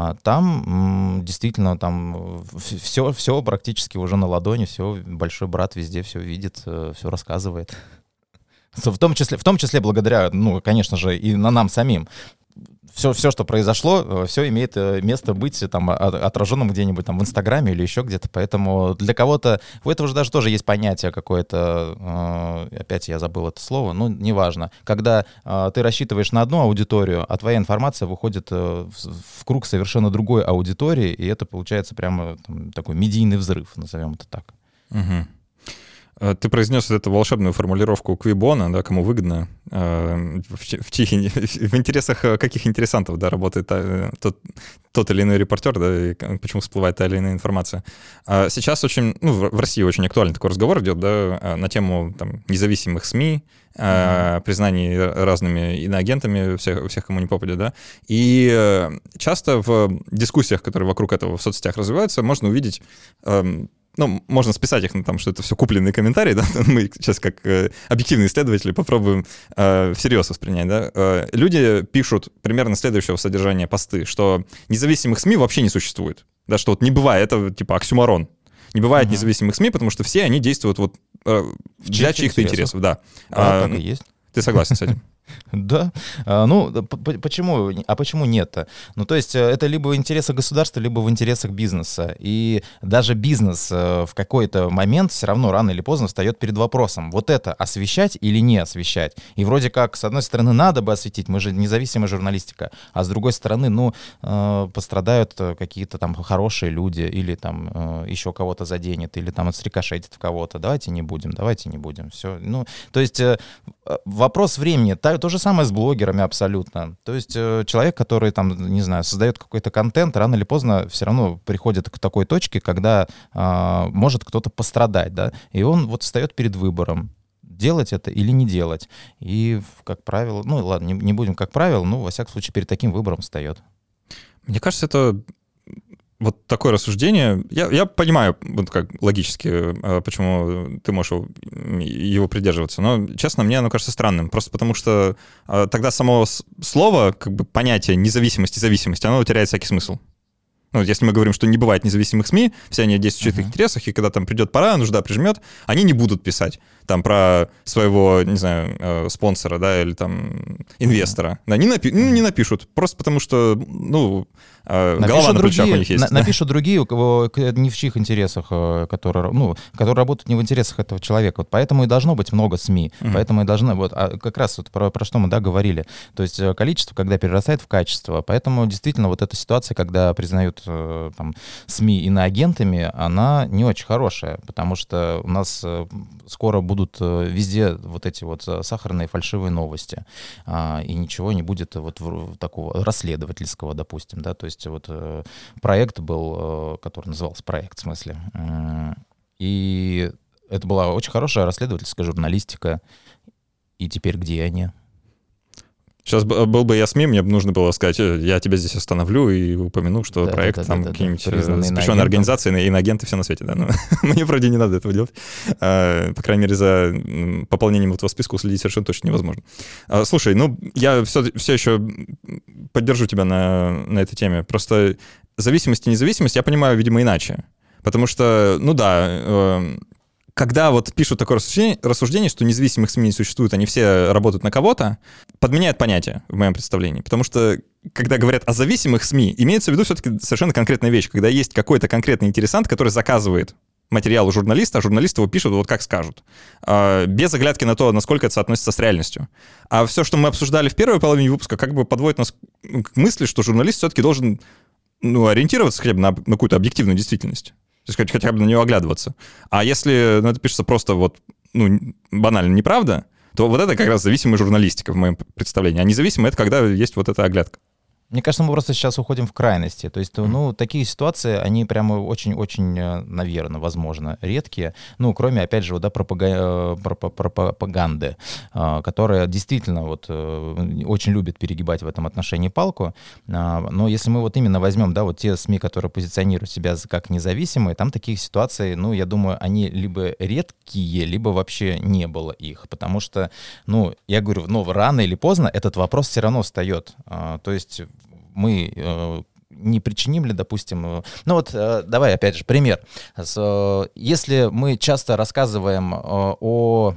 там действительно там все, все практически уже на ладони, все, большой брат везде все видит, все рассказывает. В том числе, в том числе благодаря, ну, конечно же, и на нам самим. Все, все, что произошло, все имеет место быть там отраженным где-нибудь там в Инстаграме или еще где-то. Поэтому для кого-то... У этого же даже тоже есть понятие какое-то... Э, опять я забыл это слово, ну, неважно. Когда э, ты рассчитываешь на одну аудиторию, а твоя информация выходит э, в, в круг совершенно другой аудитории, и это получается прямо там, такой медийный взрыв, назовем это так. Угу. Ты произнес вот эту волшебную формулировку Квибона, да, кому выгодно, в, в, в интересах каких интересантов, да, работает тот, тот или иной репортер, да, и почему всплывает та или иная информация. Сейчас очень, ну, в России очень актуальный такой разговор идет, да, на тему там, независимых СМИ, mm-hmm. признаний разными иноагентами всех, всех, кому не попадет, да, и часто в дискуссиях, которые вокруг этого в соцсетях развиваются, можно увидеть ну, можно списать их на том, что это все купленные комментарии, да, мы сейчас как э, объективные исследователи попробуем э, всерьез воспринять, да. Э, люди пишут примерно следующего содержания посты, что независимых СМИ вообще не существует, да, что вот не бывает, это типа оксюморон. Не бывает uh-huh. независимых СМИ, потому что все они действуют вот э, для чьих-то интересов, да. А, а, так и есть. Ты согласен с этим? Да. А, ну, почему? А почему нет-то? Ну, то есть это либо в интересах государства, либо в интересах бизнеса. И даже бизнес в какой-то момент все равно рано или поздно встает перед вопросом, вот это освещать или не освещать. И вроде как, с одной стороны, надо бы осветить, мы же независимая журналистика, а с другой стороны, ну, пострадают какие-то там хорошие люди, или там еще кого-то заденет, или там срикошетит в кого-то. Давайте не будем, давайте не будем. Все. Ну, то есть вопрос времени. То же самое с блогерами абсолютно. То есть человек, который там, не знаю, создает какой-то контент, рано или поздно все равно приходит к такой точке, когда э, может кто-то пострадать, да, и он вот встает перед выбором, делать это или не делать. И, как правило, ну ладно, не, не будем как правило, но во всяком случае перед таким выбором встает. Мне кажется, это... Вот такое рассуждение, я, я понимаю, вот как логически, почему ты можешь его придерживаться, но, честно, мне оно кажется странным, просто потому что тогда само слово, как бы понятие независимости, зависимости, оно теряет всякий смысл. Ну, если мы говорим, что не бывает независимых СМИ, все они действуют в чьих-то uh-huh. интересах, и когда там придет пора, нужда прижмет, они не будут писать там про своего, не знаю, э, спонсора, да, или там инвестора. Да, не, напи- ну, не напишут, просто потому что, ну, э, голова на плечах у них есть. На, да? Напишут другие, у кого не в чьих интересах, которые, ну, которые работают не в интересах этого человека. Вот поэтому и должно быть много СМИ, uh-huh. поэтому и должно, вот, а как раз вот про, про что мы, да, говорили. То есть количество, когда перерастает в качество, поэтому действительно вот эта ситуация, когда признают там, СМИ иноагентами, она не очень хорошая, потому что у нас скоро будут везде вот эти вот сахарные фальшивые новости, и ничего не будет вот такого расследовательского, допустим, да, то есть вот проект был, который назывался проект, в смысле, и это была очень хорошая расследовательская журналистика, и теперь где они? Сейчас был бы я СМИ, мне бы нужно было сказать, я тебя здесь остановлю и упомяну, что да, проект да, да, там да, какие-нибудь да, запрещенные организации, иноагенты, все на свете, да. Но мне вроде не надо этого делать. А, по крайней мере, за пополнением этого списка уследить совершенно точно невозможно. А, слушай, ну, я все, все еще поддержу тебя на, на этой теме. Просто зависимость и независимость я понимаю, видимо, иначе. Потому что, ну да... Э, когда вот пишут такое рассуждение, рассуждение, что независимых СМИ не существует, они все работают на кого-то, подменяет понятие в моем представлении. Потому что, когда говорят о зависимых СМИ, имеется в виду все-таки совершенно конкретная вещь, когда есть какой-то конкретный интересант, который заказывает материал у журналиста, а журналисты его пишут вот как скажут, без оглядки на то, насколько это соотносится с реальностью. А все, что мы обсуждали в первой половине выпуска, как бы подводит нас к мысли, что журналист все-таки должен, ну, ориентироваться хотя бы на, на какую-то объективную действительность. То есть хотя бы на нее оглядываться. А если ну, это пишется просто вот, ну, банально неправда, то вот это как раз зависимая журналистика в моем представлении. А независимая — это когда есть вот эта оглядка. Мне кажется, мы просто сейчас уходим в крайности. То есть, ну, такие ситуации, они прямо очень-очень, наверное, возможно, редкие. Ну, кроме, опять же, вот, да, пропага... пропаганды, которая действительно вот очень любит перегибать в этом отношении палку. Но если мы вот именно возьмем, да, вот те СМИ, которые позиционируют себя как независимые, там таких ситуаций, ну, я думаю, они либо редкие, либо вообще не было их. Потому что, ну, я говорю, ну, рано или поздно этот вопрос все равно встает. То есть мы э, не причиним ли, допустим... Э, ну вот, э, давай опять же пример. С, э, если мы часто рассказываем э, о,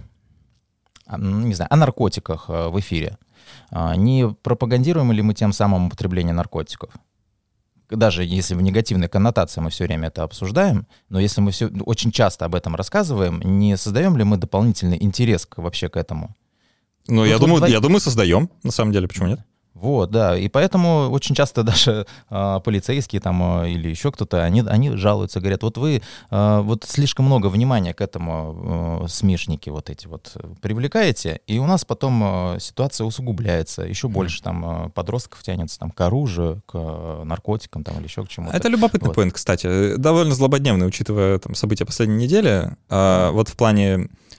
не знаю, о наркотиках э, в эфире, э, не пропагандируем ли мы тем самым употребление наркотиков? Даже если в негативной коннотации мы все время это обсуждаем, но если мы все, очень часто об этом рассказываем, не создаем ли мы дополнительный интерес к, вообще к этому? Ну, я, вот думаю, вот... я думаю, создаем, на самом деле, почему нет? Вот, да, и поэтому очень часто даже э, полицейские там э, или еще кто-то, они, они жалуются, говорят, вот вы э, вот слишком много внимания к этому э, СМИшники вот эти вот привлекаете, и у нас потом э, ситуация усугубляется, еще больше там э, подростков тянется там к оружию, к э, наркотикам там или еще к чему-то. Это любопытный вот. Point, кстати, довольно злободневный, учитывая там события последней недели, э, вот в плане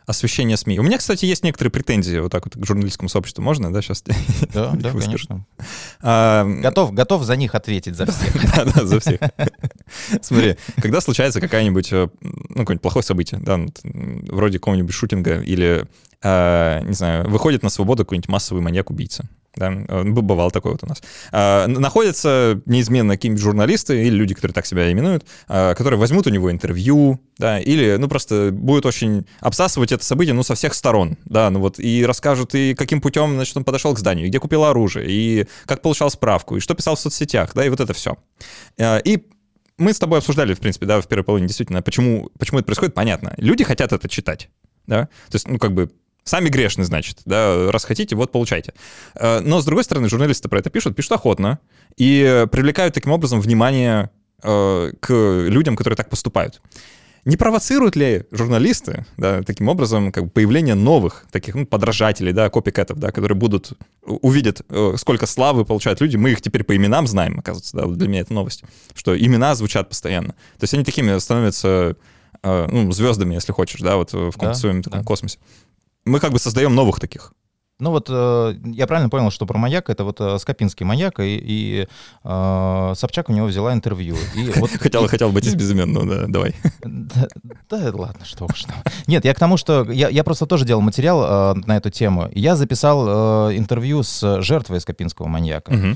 освещения СМИ. У меня, кстати, есть некоторые претензии вот так вот к журналистскому сообществу. Можно, да, сейчас? Да, да, конечно. А, готов, готов за них ответить, за всех. Да, да, за всех. Смотри, когда случается какая-нибудь, ну, какое-нибудь плохое событие, да, вроде какого-нибудь шутинга или, не знаю, выходит на свободу какой-нибудь массовый маньяк-убийца. Да, бывало такое вот у нас. А, находятся неизменно какие-нибудь журналисты или люди, которые так себя именуют, а, которые возьмут у него интервью, да, или, ну, просто будут очень обсасывать это событие, ну, со всех сторон, да, ну, вот, и расскажут, и каким путем, значит, он подошел к зданию, и где купил оружие, и как получал справку, и что писал в соцсетях, да, и вот это все. А, и мы с тобой обсуждали, в принципе, да, в первой половине, действительно, почему, почему это происходит, понятно. Люди хотят это читать, да, то есть, ну, как бы, сами грешны, значит, да, раз хотите, вот получайте. Но, с другой стороны, журналисты про это пишут, пишут охотно, и привлекают таким образом внимание э, к людям, которые так поступают. Не провоцируют ли журналисты, да, таким образом, как бы появление новых таких, ну, подражателей, да, копикэтов, да, которые будут, увидят, э, сколько славы получают люди, мы их теперь по именам знаем, оказывается, да, вот для меня это новость, что имена звучат постоянно. То есть они такими становятся, э, ну, звездами, если хочешь, да, вот в каком-то да, своем таком да. космосе. Мы как бы создаем новых таких. Ну вот э, я правильно понял, что про маяк, это вот э, Скопинский маяк, и, и э, Собчак у него взяла интервью. И вот, хотел, и... хотел быть из безыменного, да, давай. Да, да ладно, что уж там. Нет, я к тому, что я, я просто тоже делал материал э, на эту тему. Я записал э, интервью с жертвой Скопинского маньяка. Угу.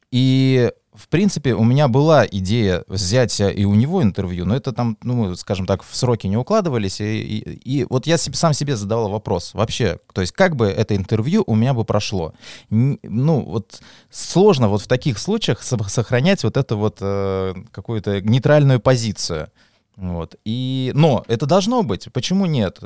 И, в принципе, у меня была идея взять и у него интервью, но это там, ну, скажем так, в сроки не укладывались. И, и, и вот я себе, сам себе задавал вопрос вообще, то есть как бы это интервью у меня бы прошло. Н- ну, вот сложно вот в таких случаях сохранять вот эту вот э, какую-то нейтральную позицию. Вот. И, но это должно быть. Почему нет?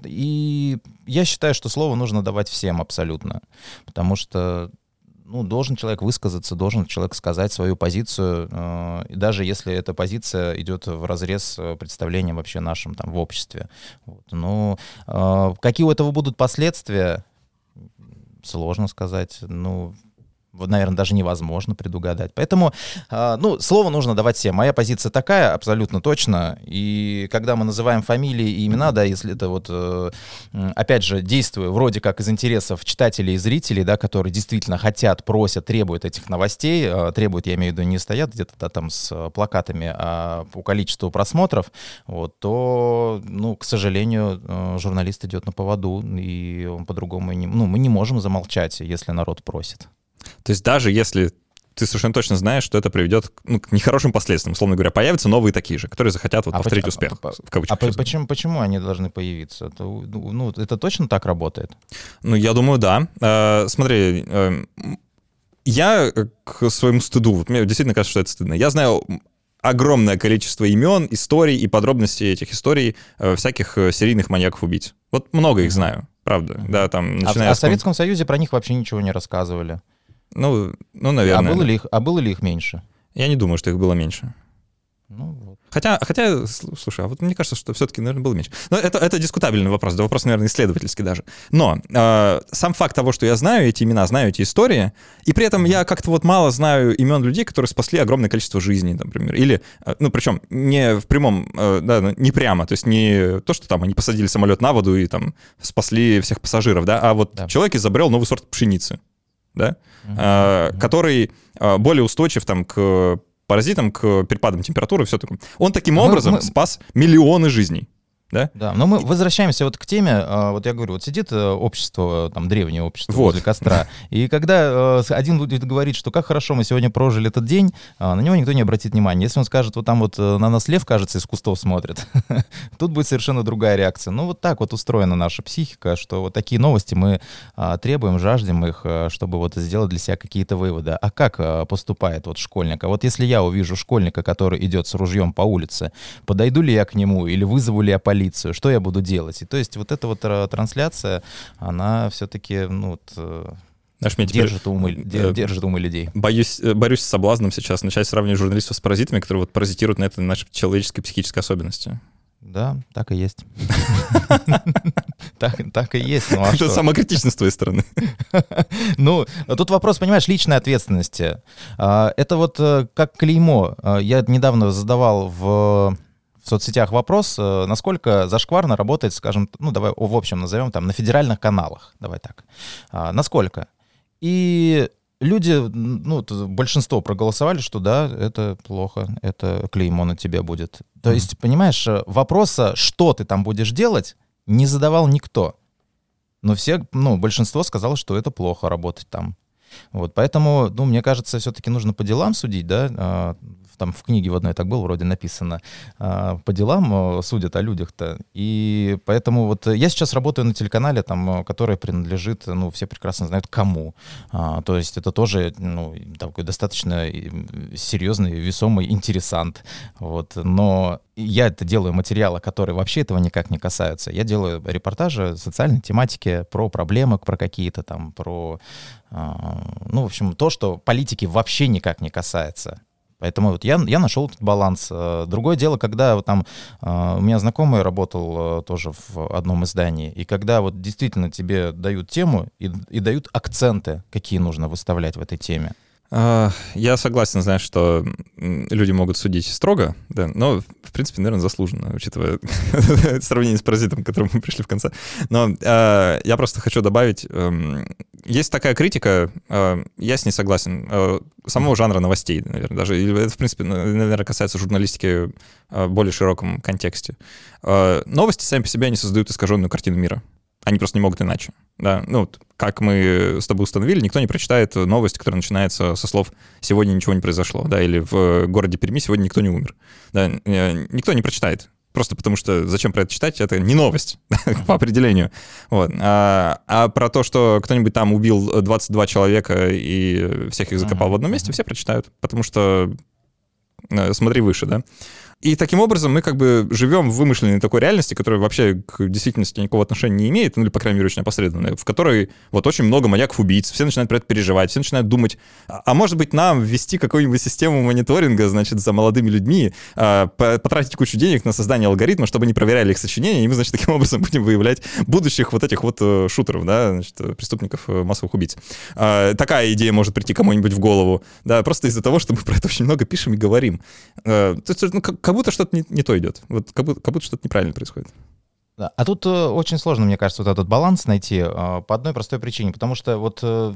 И я считаю, что слово нужно давать всем абсолютно, потому что ну, должен человек высказаться, должен человек сказать свою позицию, э, и даже если эта позиция идет вразрез с представлением вообще нашим там в обществе. Вот. Но э, какие у этого будут последствия, сложно сказать. Ну, наверное, даже невозможно предугадать. Поэтому, э, ну, слово нужно давать всем. Моя позиция такая, абсолютно точно. И когда мы называем фамилии и имена, да, если это вот, э, опять же, действуя вроде как из интересов читателей и зрителей, да, которые действительно хотят, просят, требуют этих новостей, э, требуют, я имею в виду, не стоят где-то да, там с плакатами, а по количеству просмотров, вот, то, ну, к сожалению, э, журналист идет на поводу, и он по-другому не... Ну, мы не можем замолчать, если народ просит. То есть даже если ты совершенно точно знаешь, что это приведет ну, к нехорошим последствиям, условно говоря, появятся новые такие же, которые захотят вот, а повторить поч- успех. А, в кавычках, а почему, почему они должны появиться? Это, ну, это точно так работает? Ну, я думаю, да. Э, смотри, э, я к своему стыду, вот мне действительно кажется, что это стыдно, я знаю огромное количество имен, историй и подробностей этих историй э, всяких серийных маньяков-убийц. Вот много их знаю, правда. Mm-hmm. Да, там, а, а в Советском Союзе про них вообще ничего не рассказывали. Ну, ну, наверное. А было ли их, а было ли их меньше? Я не думаю, что их было меньше. Ну, вот. Хотя, хотя, слушай, а вот мне кажется, что все-таки, наверное, было меньше. Но это, это дискутабельный вопрос, да, вопрос, наверное, исследовательский даже. Но э, сам факт того, что я знаю эти имена, знаю эти истории, и при этом я как-то вот мало знаю имен людей, которые спасли огромное количество жизней, например. Или, э, ну, причем не в прямом, э, да, не прямо, то есть не то, что там они посадили самолет на воду и там спасли всех пассажиров, да, а вот да. человек изобрел новый сорт пшеницы, да, uh-huh. э, который э, более устойчив там к паразитам, к перепадам температуры, все такое. Он таким а образом мы, мы... спас миллионы жизней. Да? Да, но мы возвращаемся вот к теме, вот я говорю, вот сидит общество, там, древнее общество вот. возле костра, и когда один будет говорить, что как хорошо мы сегодня прожили этот день, на него никто не обратит внимания. Если он скажет, вот там вот на нас лев, кажется, из кустов смотрит, тут будет совершенно другая реакция. Ну вот так вот устроена наша психика, что вот такие новости мы требуем, жаждем их, чтобы вот сделать для себя какие-то выводы. А как поступает вот школьник? А вот если я увижу школьника, который идет с ружьем по улице, подойду ли я к нему или вызову ли я полицию? Что я буду делать? И то есть вот эта вот трансляция, она все-таки, ну, вот, Знаешь, держит, теперь, умы, э, держит умы людей. Боюсь, борюсь с соблазном сейчас начать сравнивать журналистов с паразитами, которые вот паразитируют на этой нашей человеческой психической особенности. Да, так и есть. Так и есть. Это самокритично с твоей стороны. Ну, тут вопрос, понимаешь, личной ответственности. Это вот как клеймо. Я недавно задавал в... в в соцсетях вопрос, насколько зашкварно работает, скажем, ну, давай в общем назовем, там, на федеральных каналах, давай так. А, насколько? И люди, ну, большинство проголосовали, что да, это плохо, это клеймо на тебя будет. То есть, понимаешь, вопроса, что ты там будешь делать, не задавал никто. Но все, ну, большинство сказало, что это плохо работать там. Вот, поэтому, ну, мне кажется, все-таки нужно по делам судить, да, там в книге в одной так было вроде написано, по делам судят о людях-то, и поэтому вот я сейчас работаю на телеканале, там, который принадлежит, ну, все прекрасно знают кому, то есть это тоже, ну, такой достаточно серьезный, весомый интересант, вот, но я это делаю материалы, которые вообще этого никак не касаются, я делаю репортажи социальной тематики про проблемы, про какие-то там, про, ну, в общем, то, что политики вообще никак не касается. Поэтому вот я, я нашел этот баланс. Другое дело, когда вот там у меня знакомый работал тоже в одном издании, и когда вот действительно тебе дают тему и, и дают акценты, какие нужно выставлять в этой теме. Я согласен, знаешь, что люди могут судить строго, да, но, в принципе, наверное, заслуженно, учитывая сравнение с «Паразитом», к которому мы пришли в конце. Но э, я просто хочу добавить, э, есть такая критика, э, я с ней согласен, э, самого жанра новостей, наверное, даже, или это, в принципе, наверное, касается журналистики э, в более широком контексте. Э, новости сами по себе, они создают искаженную картину мира. Они просто не могут иначе. Да? Ну, как мы с тобой установили, никто не прочитает новость, которая начинается со слов «сегодня ничего не произошло», да, или «в городе Перми сегодня никто не умер». Да? Никто не прочитает. Просто потому что зачем про это читать? Это не новость по определению. Вот. А, а про то, что кто-нибудь там убил двадцать два человека и всех их закопал в одном месте, все прочитают. Потому что смотри выше, да. И таким образом мы как бы живем в вымышленной такой реальности, которая вообще к действительности никакого отношения не имеет, ну или, по крайней мере, очень опосредованно, в которой вот очень много маньяков-убийц, все начинают про это переживать, все начинают думать, а может быть нам ввести какую-нибудь систему мониторинга, значит, за молодыми людьми, потратить кучу денег на создание алгоритма, чтобы они проверяли их сочинения, и мы, значит, таким образом будем выявлять будущих вот этих вот шутеров, да, значит, преступников, массовых убийц. Такая идея может прийти кому-нибудь в голову, да, просто из-за того, что мы про это очень много пишем и говорим. То есть, ну, как будто что-то не, не то идет. Вот как будто, как будто что-то неправильно происходит. Да. А тут э, очень сложно, мне кажется, вот этот баланс найти э, по одной простой причине. Потому что вот э,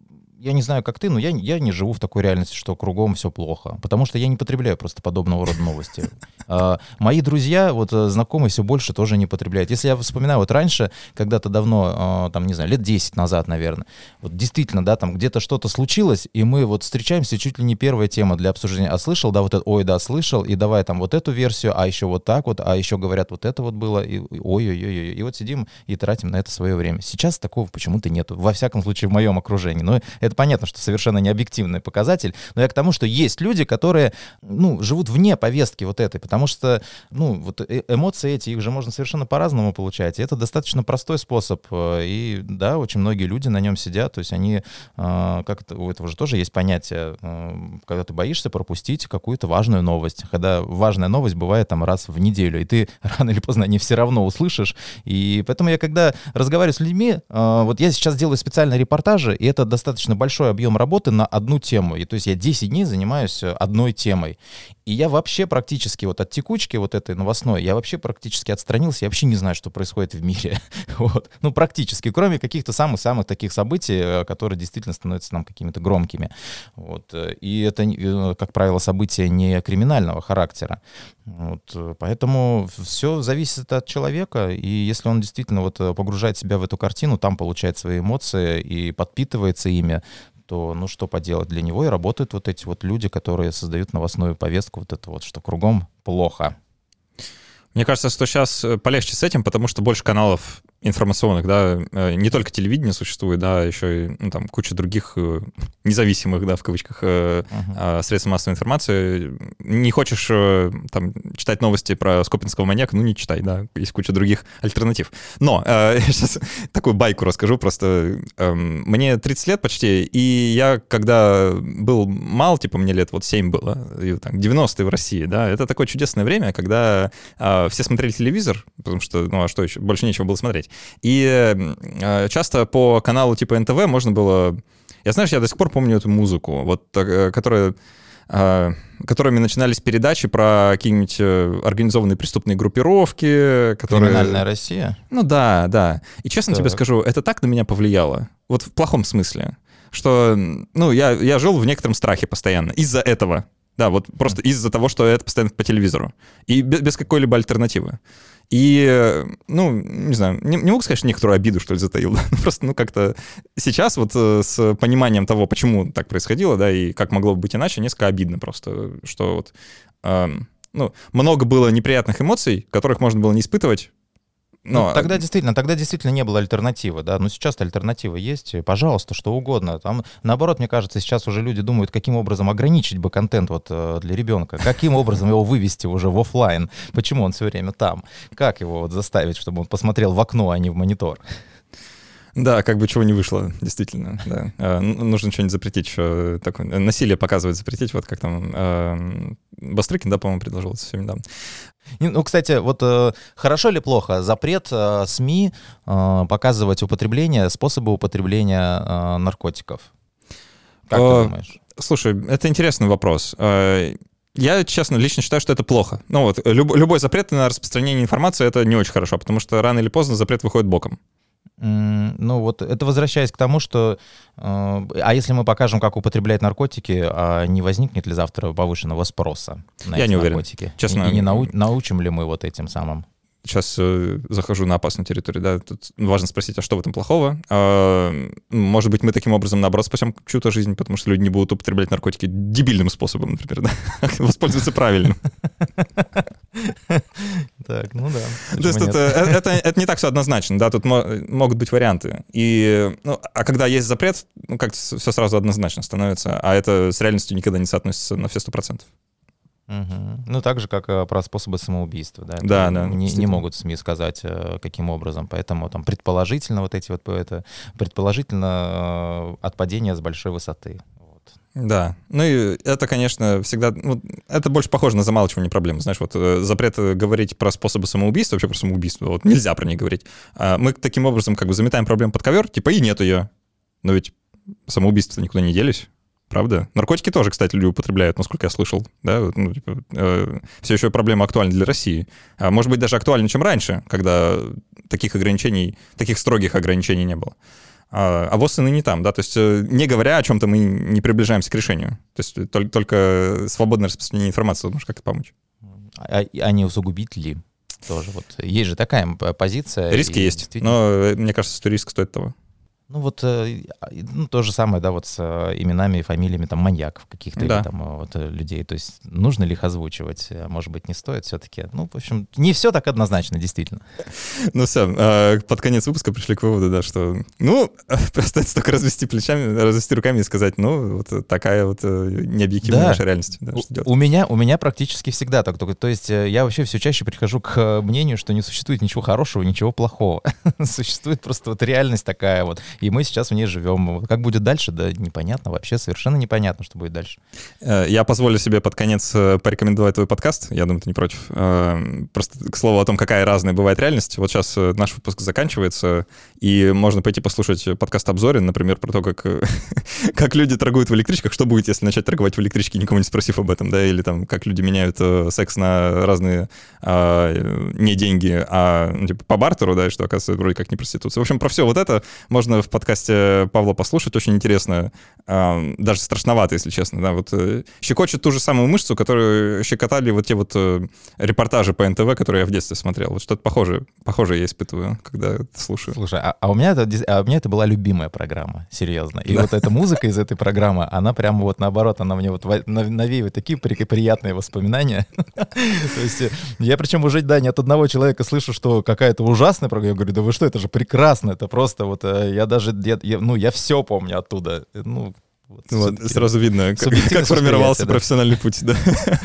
я не знаю, как ты, но я, я не живу в такой реальности, что кругом все плохо. Потому что я не потребляю просто подобного рода новости. Э, мои друзья, вот знакомые, все больше тоже не потребляют. Если я вспоминаю, вот раньше, когда-то давно, э, там, не знаю, лет десять назад, наверное, вот действительно, да, там где-то что-то случилось, и мы вот встречаемся, чуть ли не первая тема для обсуждения. А слышал, да, вот это, ой, да, слышал, и давай там вот эту версию, а еще вот так вот, а еще говорят, вот это вот было, и ой-ой-ой, и вот сидим и тратим на это свое время. Сейчас такого почему-то нету, во всяком случае в моем окружении. Но это понятно, что совершенно не объективный показатель, но я к тому, что есть люди, которые, ну, живут вне повестки вот этой, потому что, ну, вот эмоции эти, их же можно совершенно по-разному получать, и это достаточно простой способ, и, да, очень многие люди на нем сидят, то есть они, как это, у этого же тоже есть понятие, когда ты боишься пропустить какую-то важную новость, когда важная новость бывает там раз в неделю, и ты рано или поздно не все равно услышишь, и поэтому я, когда разговариваю с людьми, вот я сейчас делаю специальные репортажи, и это достаточно большой объем работы на одну тему. И то есть я десять дней занимаюсь одной темой. И я вообще практически вот от текучки вот этой новостной, я вообще практически отстранился, я вообще не знаю, что происходит в мире. Вот. Ну, практически, кроме каких-то самых-самых таких событий, которые действительно становятся нам какими-то громкими. Вот. И это, как правило, события не криминального характера. Вот. Поэтому все зависит от человека, и если он действительно вот погружает себя в эту картину, там получает свои эмоции и подпитывается ими, то, ну, что поделать, для него и работают вот эти вот люди, которые создают новостную повестку, вот это вот, что кругом плохо. Мне кажется, что сейчас полегче с этим, потому что больше каналов информационных, да, не только телевидение существует, да, еще и, ну, там, куча других независимых, да, в кавычках, uh-huh. средств массовой информации. Не хочешь там читать новости про скопинского маньяка, ну, не читай, да, есть куча других альтернатив. Но я сейчас такую байку расскажу, просто мне тридцать лет почти, и я, когда был мал, типа, мне лет вот семь было, и, там, девяностые в России, да, это такое чудесное время, когда все смотрели телевизор, потому что, ну, а что еще, больше нечего было смотреть. И э, часто по каналу типа эн тэ вэ можно было... Я, знаешь, я до сих пор помню эту музыку, вот, э, которая которыми начинались передачи про какие-нибудь организованные преступные группировки, которые... Криминальная Россия? Ну да, да. И честно так. тебе скажу, это так на меня повлияло. Вот в плохом смысле. Что, ну, я, я жил в некотором страхе постоянно из-за этого. Да, вот просто из-за того, что это постоянно по телевизору. И без, без какой-либо альтернативы. И, ну, не знаю, не, не могу сказать, что некоторую обиду, что ли, затаил, да? Просто, ну, как-то сейчас вот с пониманием того, почему так происходило, да, и как могло бы быть иначе, несколько обидно просто, что вот, э, ну, много было неприятных эмоций, которых можно было не испытывать. Но... Ну, тогда действительно, тогда действительно не было альтернативы, да, но сейчас альтернатива есть, пожалуйста, что угодно. Там, наоборот, мне кажется, сейчас уже люди думают, каким образом ограничить бы контент вот для ребенка, каким образом его вывести уже в офлайн, почему он все время там, как его вот заставить, чтобы он посмотрел в окно, а не в монитор. Да, как бы чего не вышло, действительно, да. А, нужно что-нибудь запретить, что такое, насилие показывать запретить, вот как там э, Бастрыкин, да, по-моему, предложил это совсем недавно. Ну, кстати, вот э, хорошо или плохо запрет э, СМИ э, показывать употребление, способы употребления э, наркотиков? Как О, ты думаешь? Слушай, это интересный вопрос. Я, честно, лично считаю, что это плохо. Ну вот, люб, любой запрет на распространение информации — это не очень хорошо, потому что рано или поздно запрет выходит боком. Ну вот это возвращаясь к тому, что э, а если мы покажем, как употреблять наркотики, а не возникнет ли завтра повышенного спроса на Я эти не уверен. наркотики? Честно. И, и не нау, научим ли мы вот этим самым? Сейчас э, захожу на опасную территорию, да, тут важно спросить, а что в этом плохого? А, может быть, мы таким образом, наоборот, спасем чью-то жизнь, потому что люди не будут употреблять наркотики дебильным способом, например, да, воспользоваться правильным. Так, ну да. То есть это, это, это не так все однозначно, да, тут могут быть варианты. И, ну, а когда есть запрет, ну, как-то все сразу однозначно становится, а это с реальностью никогда не соотносится на все сто процентов. Угу. Ну, так же, как э, про способы самоубийства, да? Да, да. Не, не могут СМИ сказать, э, каким образом, поэтому там предположительно вот эти вот, это, предположительно э, от падения с большой высоты. Вот. Да, ну и это, конечно, всегда, ну, это больше похоже на замалчивание проблемы, знаешь, вот э, запрет говорить про способы самоубийства, вообще про самоубийство, вот нельзя про них говорить. А мы таким образом как бы заметаем проблему под ковер, типа и нет ее, но ведь самоубийства никуда не делись. Правда? Наркотики тоже, кстати, люди употребляют, насколько я слышал. Да? Ну, типа, э, все еще проблема актуальна для России. А может быть, даже актуальнее, чем раньше, когда таких ограничений, таких строгих ограничений не было. А, а ВОЗ и ныне там, да, то есть не говоря о чем-то, мы не приближаемся к решению. То есть только, только свободное распространение информации может как-то помочь. А, а не усугубить ли? Тоже вот есть же такая позиция. Риски есть, действительно... но мне кажется, что риск стоит того. Ну вот ну, то же самое, да, вот с именами и фамилиями там маньяков каких-то, да. Или там вот людей. То есть нужно ли их озвучивать? Может быть, не стоит все-таки? Ну, в общем, не все так однозначно, действительно. Ну все, под конец выпуска пришли к выводу, да, что, ну, остается только развести плечами, развести руками и сказать, ну, вот такая вот необъективная да. наша реальность. Да, что у, меня, у меня практически всегда так. Только, то есть я вообще все чаще прихожу к мнению, что не существует ничего хорошего, ничего плохого. Существует просто вот реальность такая вот. И мы сейчас в ней живем. Как будет дальше, да непонятно, вообще совершенно непонятно, что будет дальше. Я позволю себе под конец порекомендовать твой подкаст, я думаю, ты не против. Просто к слову о том, какая разная бывает реальность. Вот сейчас наш выпуск заканчивается, и можно пойти послушать подкаст «Обзорин», например, про то, как, как люди торгуют в электричках, что будет, если начать торговать в электричке, никому не спросив об этом, да, или там, как люди меняют секс на разные а, не деньги, а ну, типа, по бартеру, да, и что, оказывается, вроде как не проституция. В общем, про все вот это можно в подкасте Павла послушать, очень интересно, э, даже страшновато, если честно, да, вот э, щекочет ту же самую мышцу, которую щекотали вот те вот э, репортажи по эн тэ вэ, которые я в детстве смотрел, вот что-то похожее, похожее я испытываю, когда это слушаю. Слушай, а, а, у меня это, а у меня это была любимая программа, серьезно, и да. вот эта музыка из этой программы, она прямо вот наоборот, она мне вот навеивает такие приятные воспоминания, то есть я причем уже, да, не от одного человека слышу, что какая-то ужасная программа, я говорю, да вы что, это же прекрасно, это просто вот, я даже Я, я, ну, я все помню оттуда. Ну, вот, вот, сразу видно, как, как формировался да. профессиональный путь. Да.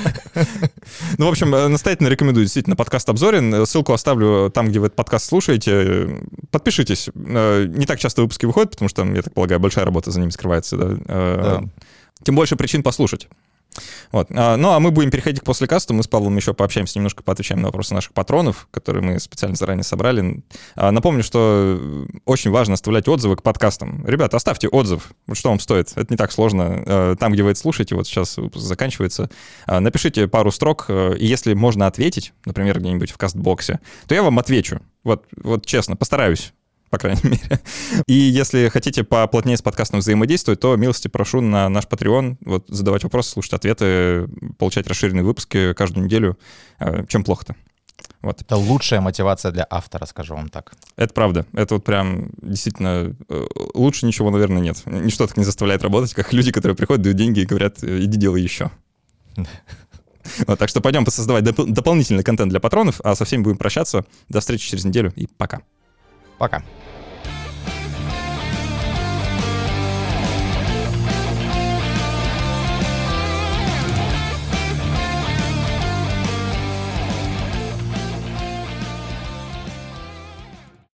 Ну, в общем, настоятельно рекомендую действительно подкаст «Обзорин». Ссылку оставлю там, где вы этот подкаст слушаете. Подпишитесь. Не так часто выпуски выходят, потому что, я так полагаю, большая работа за ними скрывается. Да? Да. Тем больше причин послушать. Вот. А, ну, а мы будем переходить к послекасту. Мы с Павлом еще пообщаемся немножко, поотвечаем на вопросы наших патронов, которые мы специально заранее собрали. А, напомню, что очень важно оставлять отзывы к подкастам. Ребята, оставьте отзыв. Вот что вам стоит? Это не так сложно. А, там, где вы это слушаете, вот сейчас выпуск заканчивается, а, напишите пару строк, и если можно ответить, например, где-нибудь в кастбоксе, то я вам отвечу. Вот, вот честно, постараюсь. По крайней мере. И если хотите поплотнее с подкастом взаимодействовать, то милости прошу на наш Patreon, вот, задавать вопросы, слушать ответы, получать расширенные выпуски каждую неделю. Чем плохо-то? Вот. Это лучшая мотивация для автора, скажу вам так. Это правда. Это вот прям действительно лучше ничего, наверное, нет. Ничто так не заставляет работать, как люди, которые приходят, дают деньги и говорят, иди делай еще. Вот, так что пойдем посоздавать доп- дополнительный контент для патронов, а со всеми будем прощаться. До встречи через неделю и пока. Пока.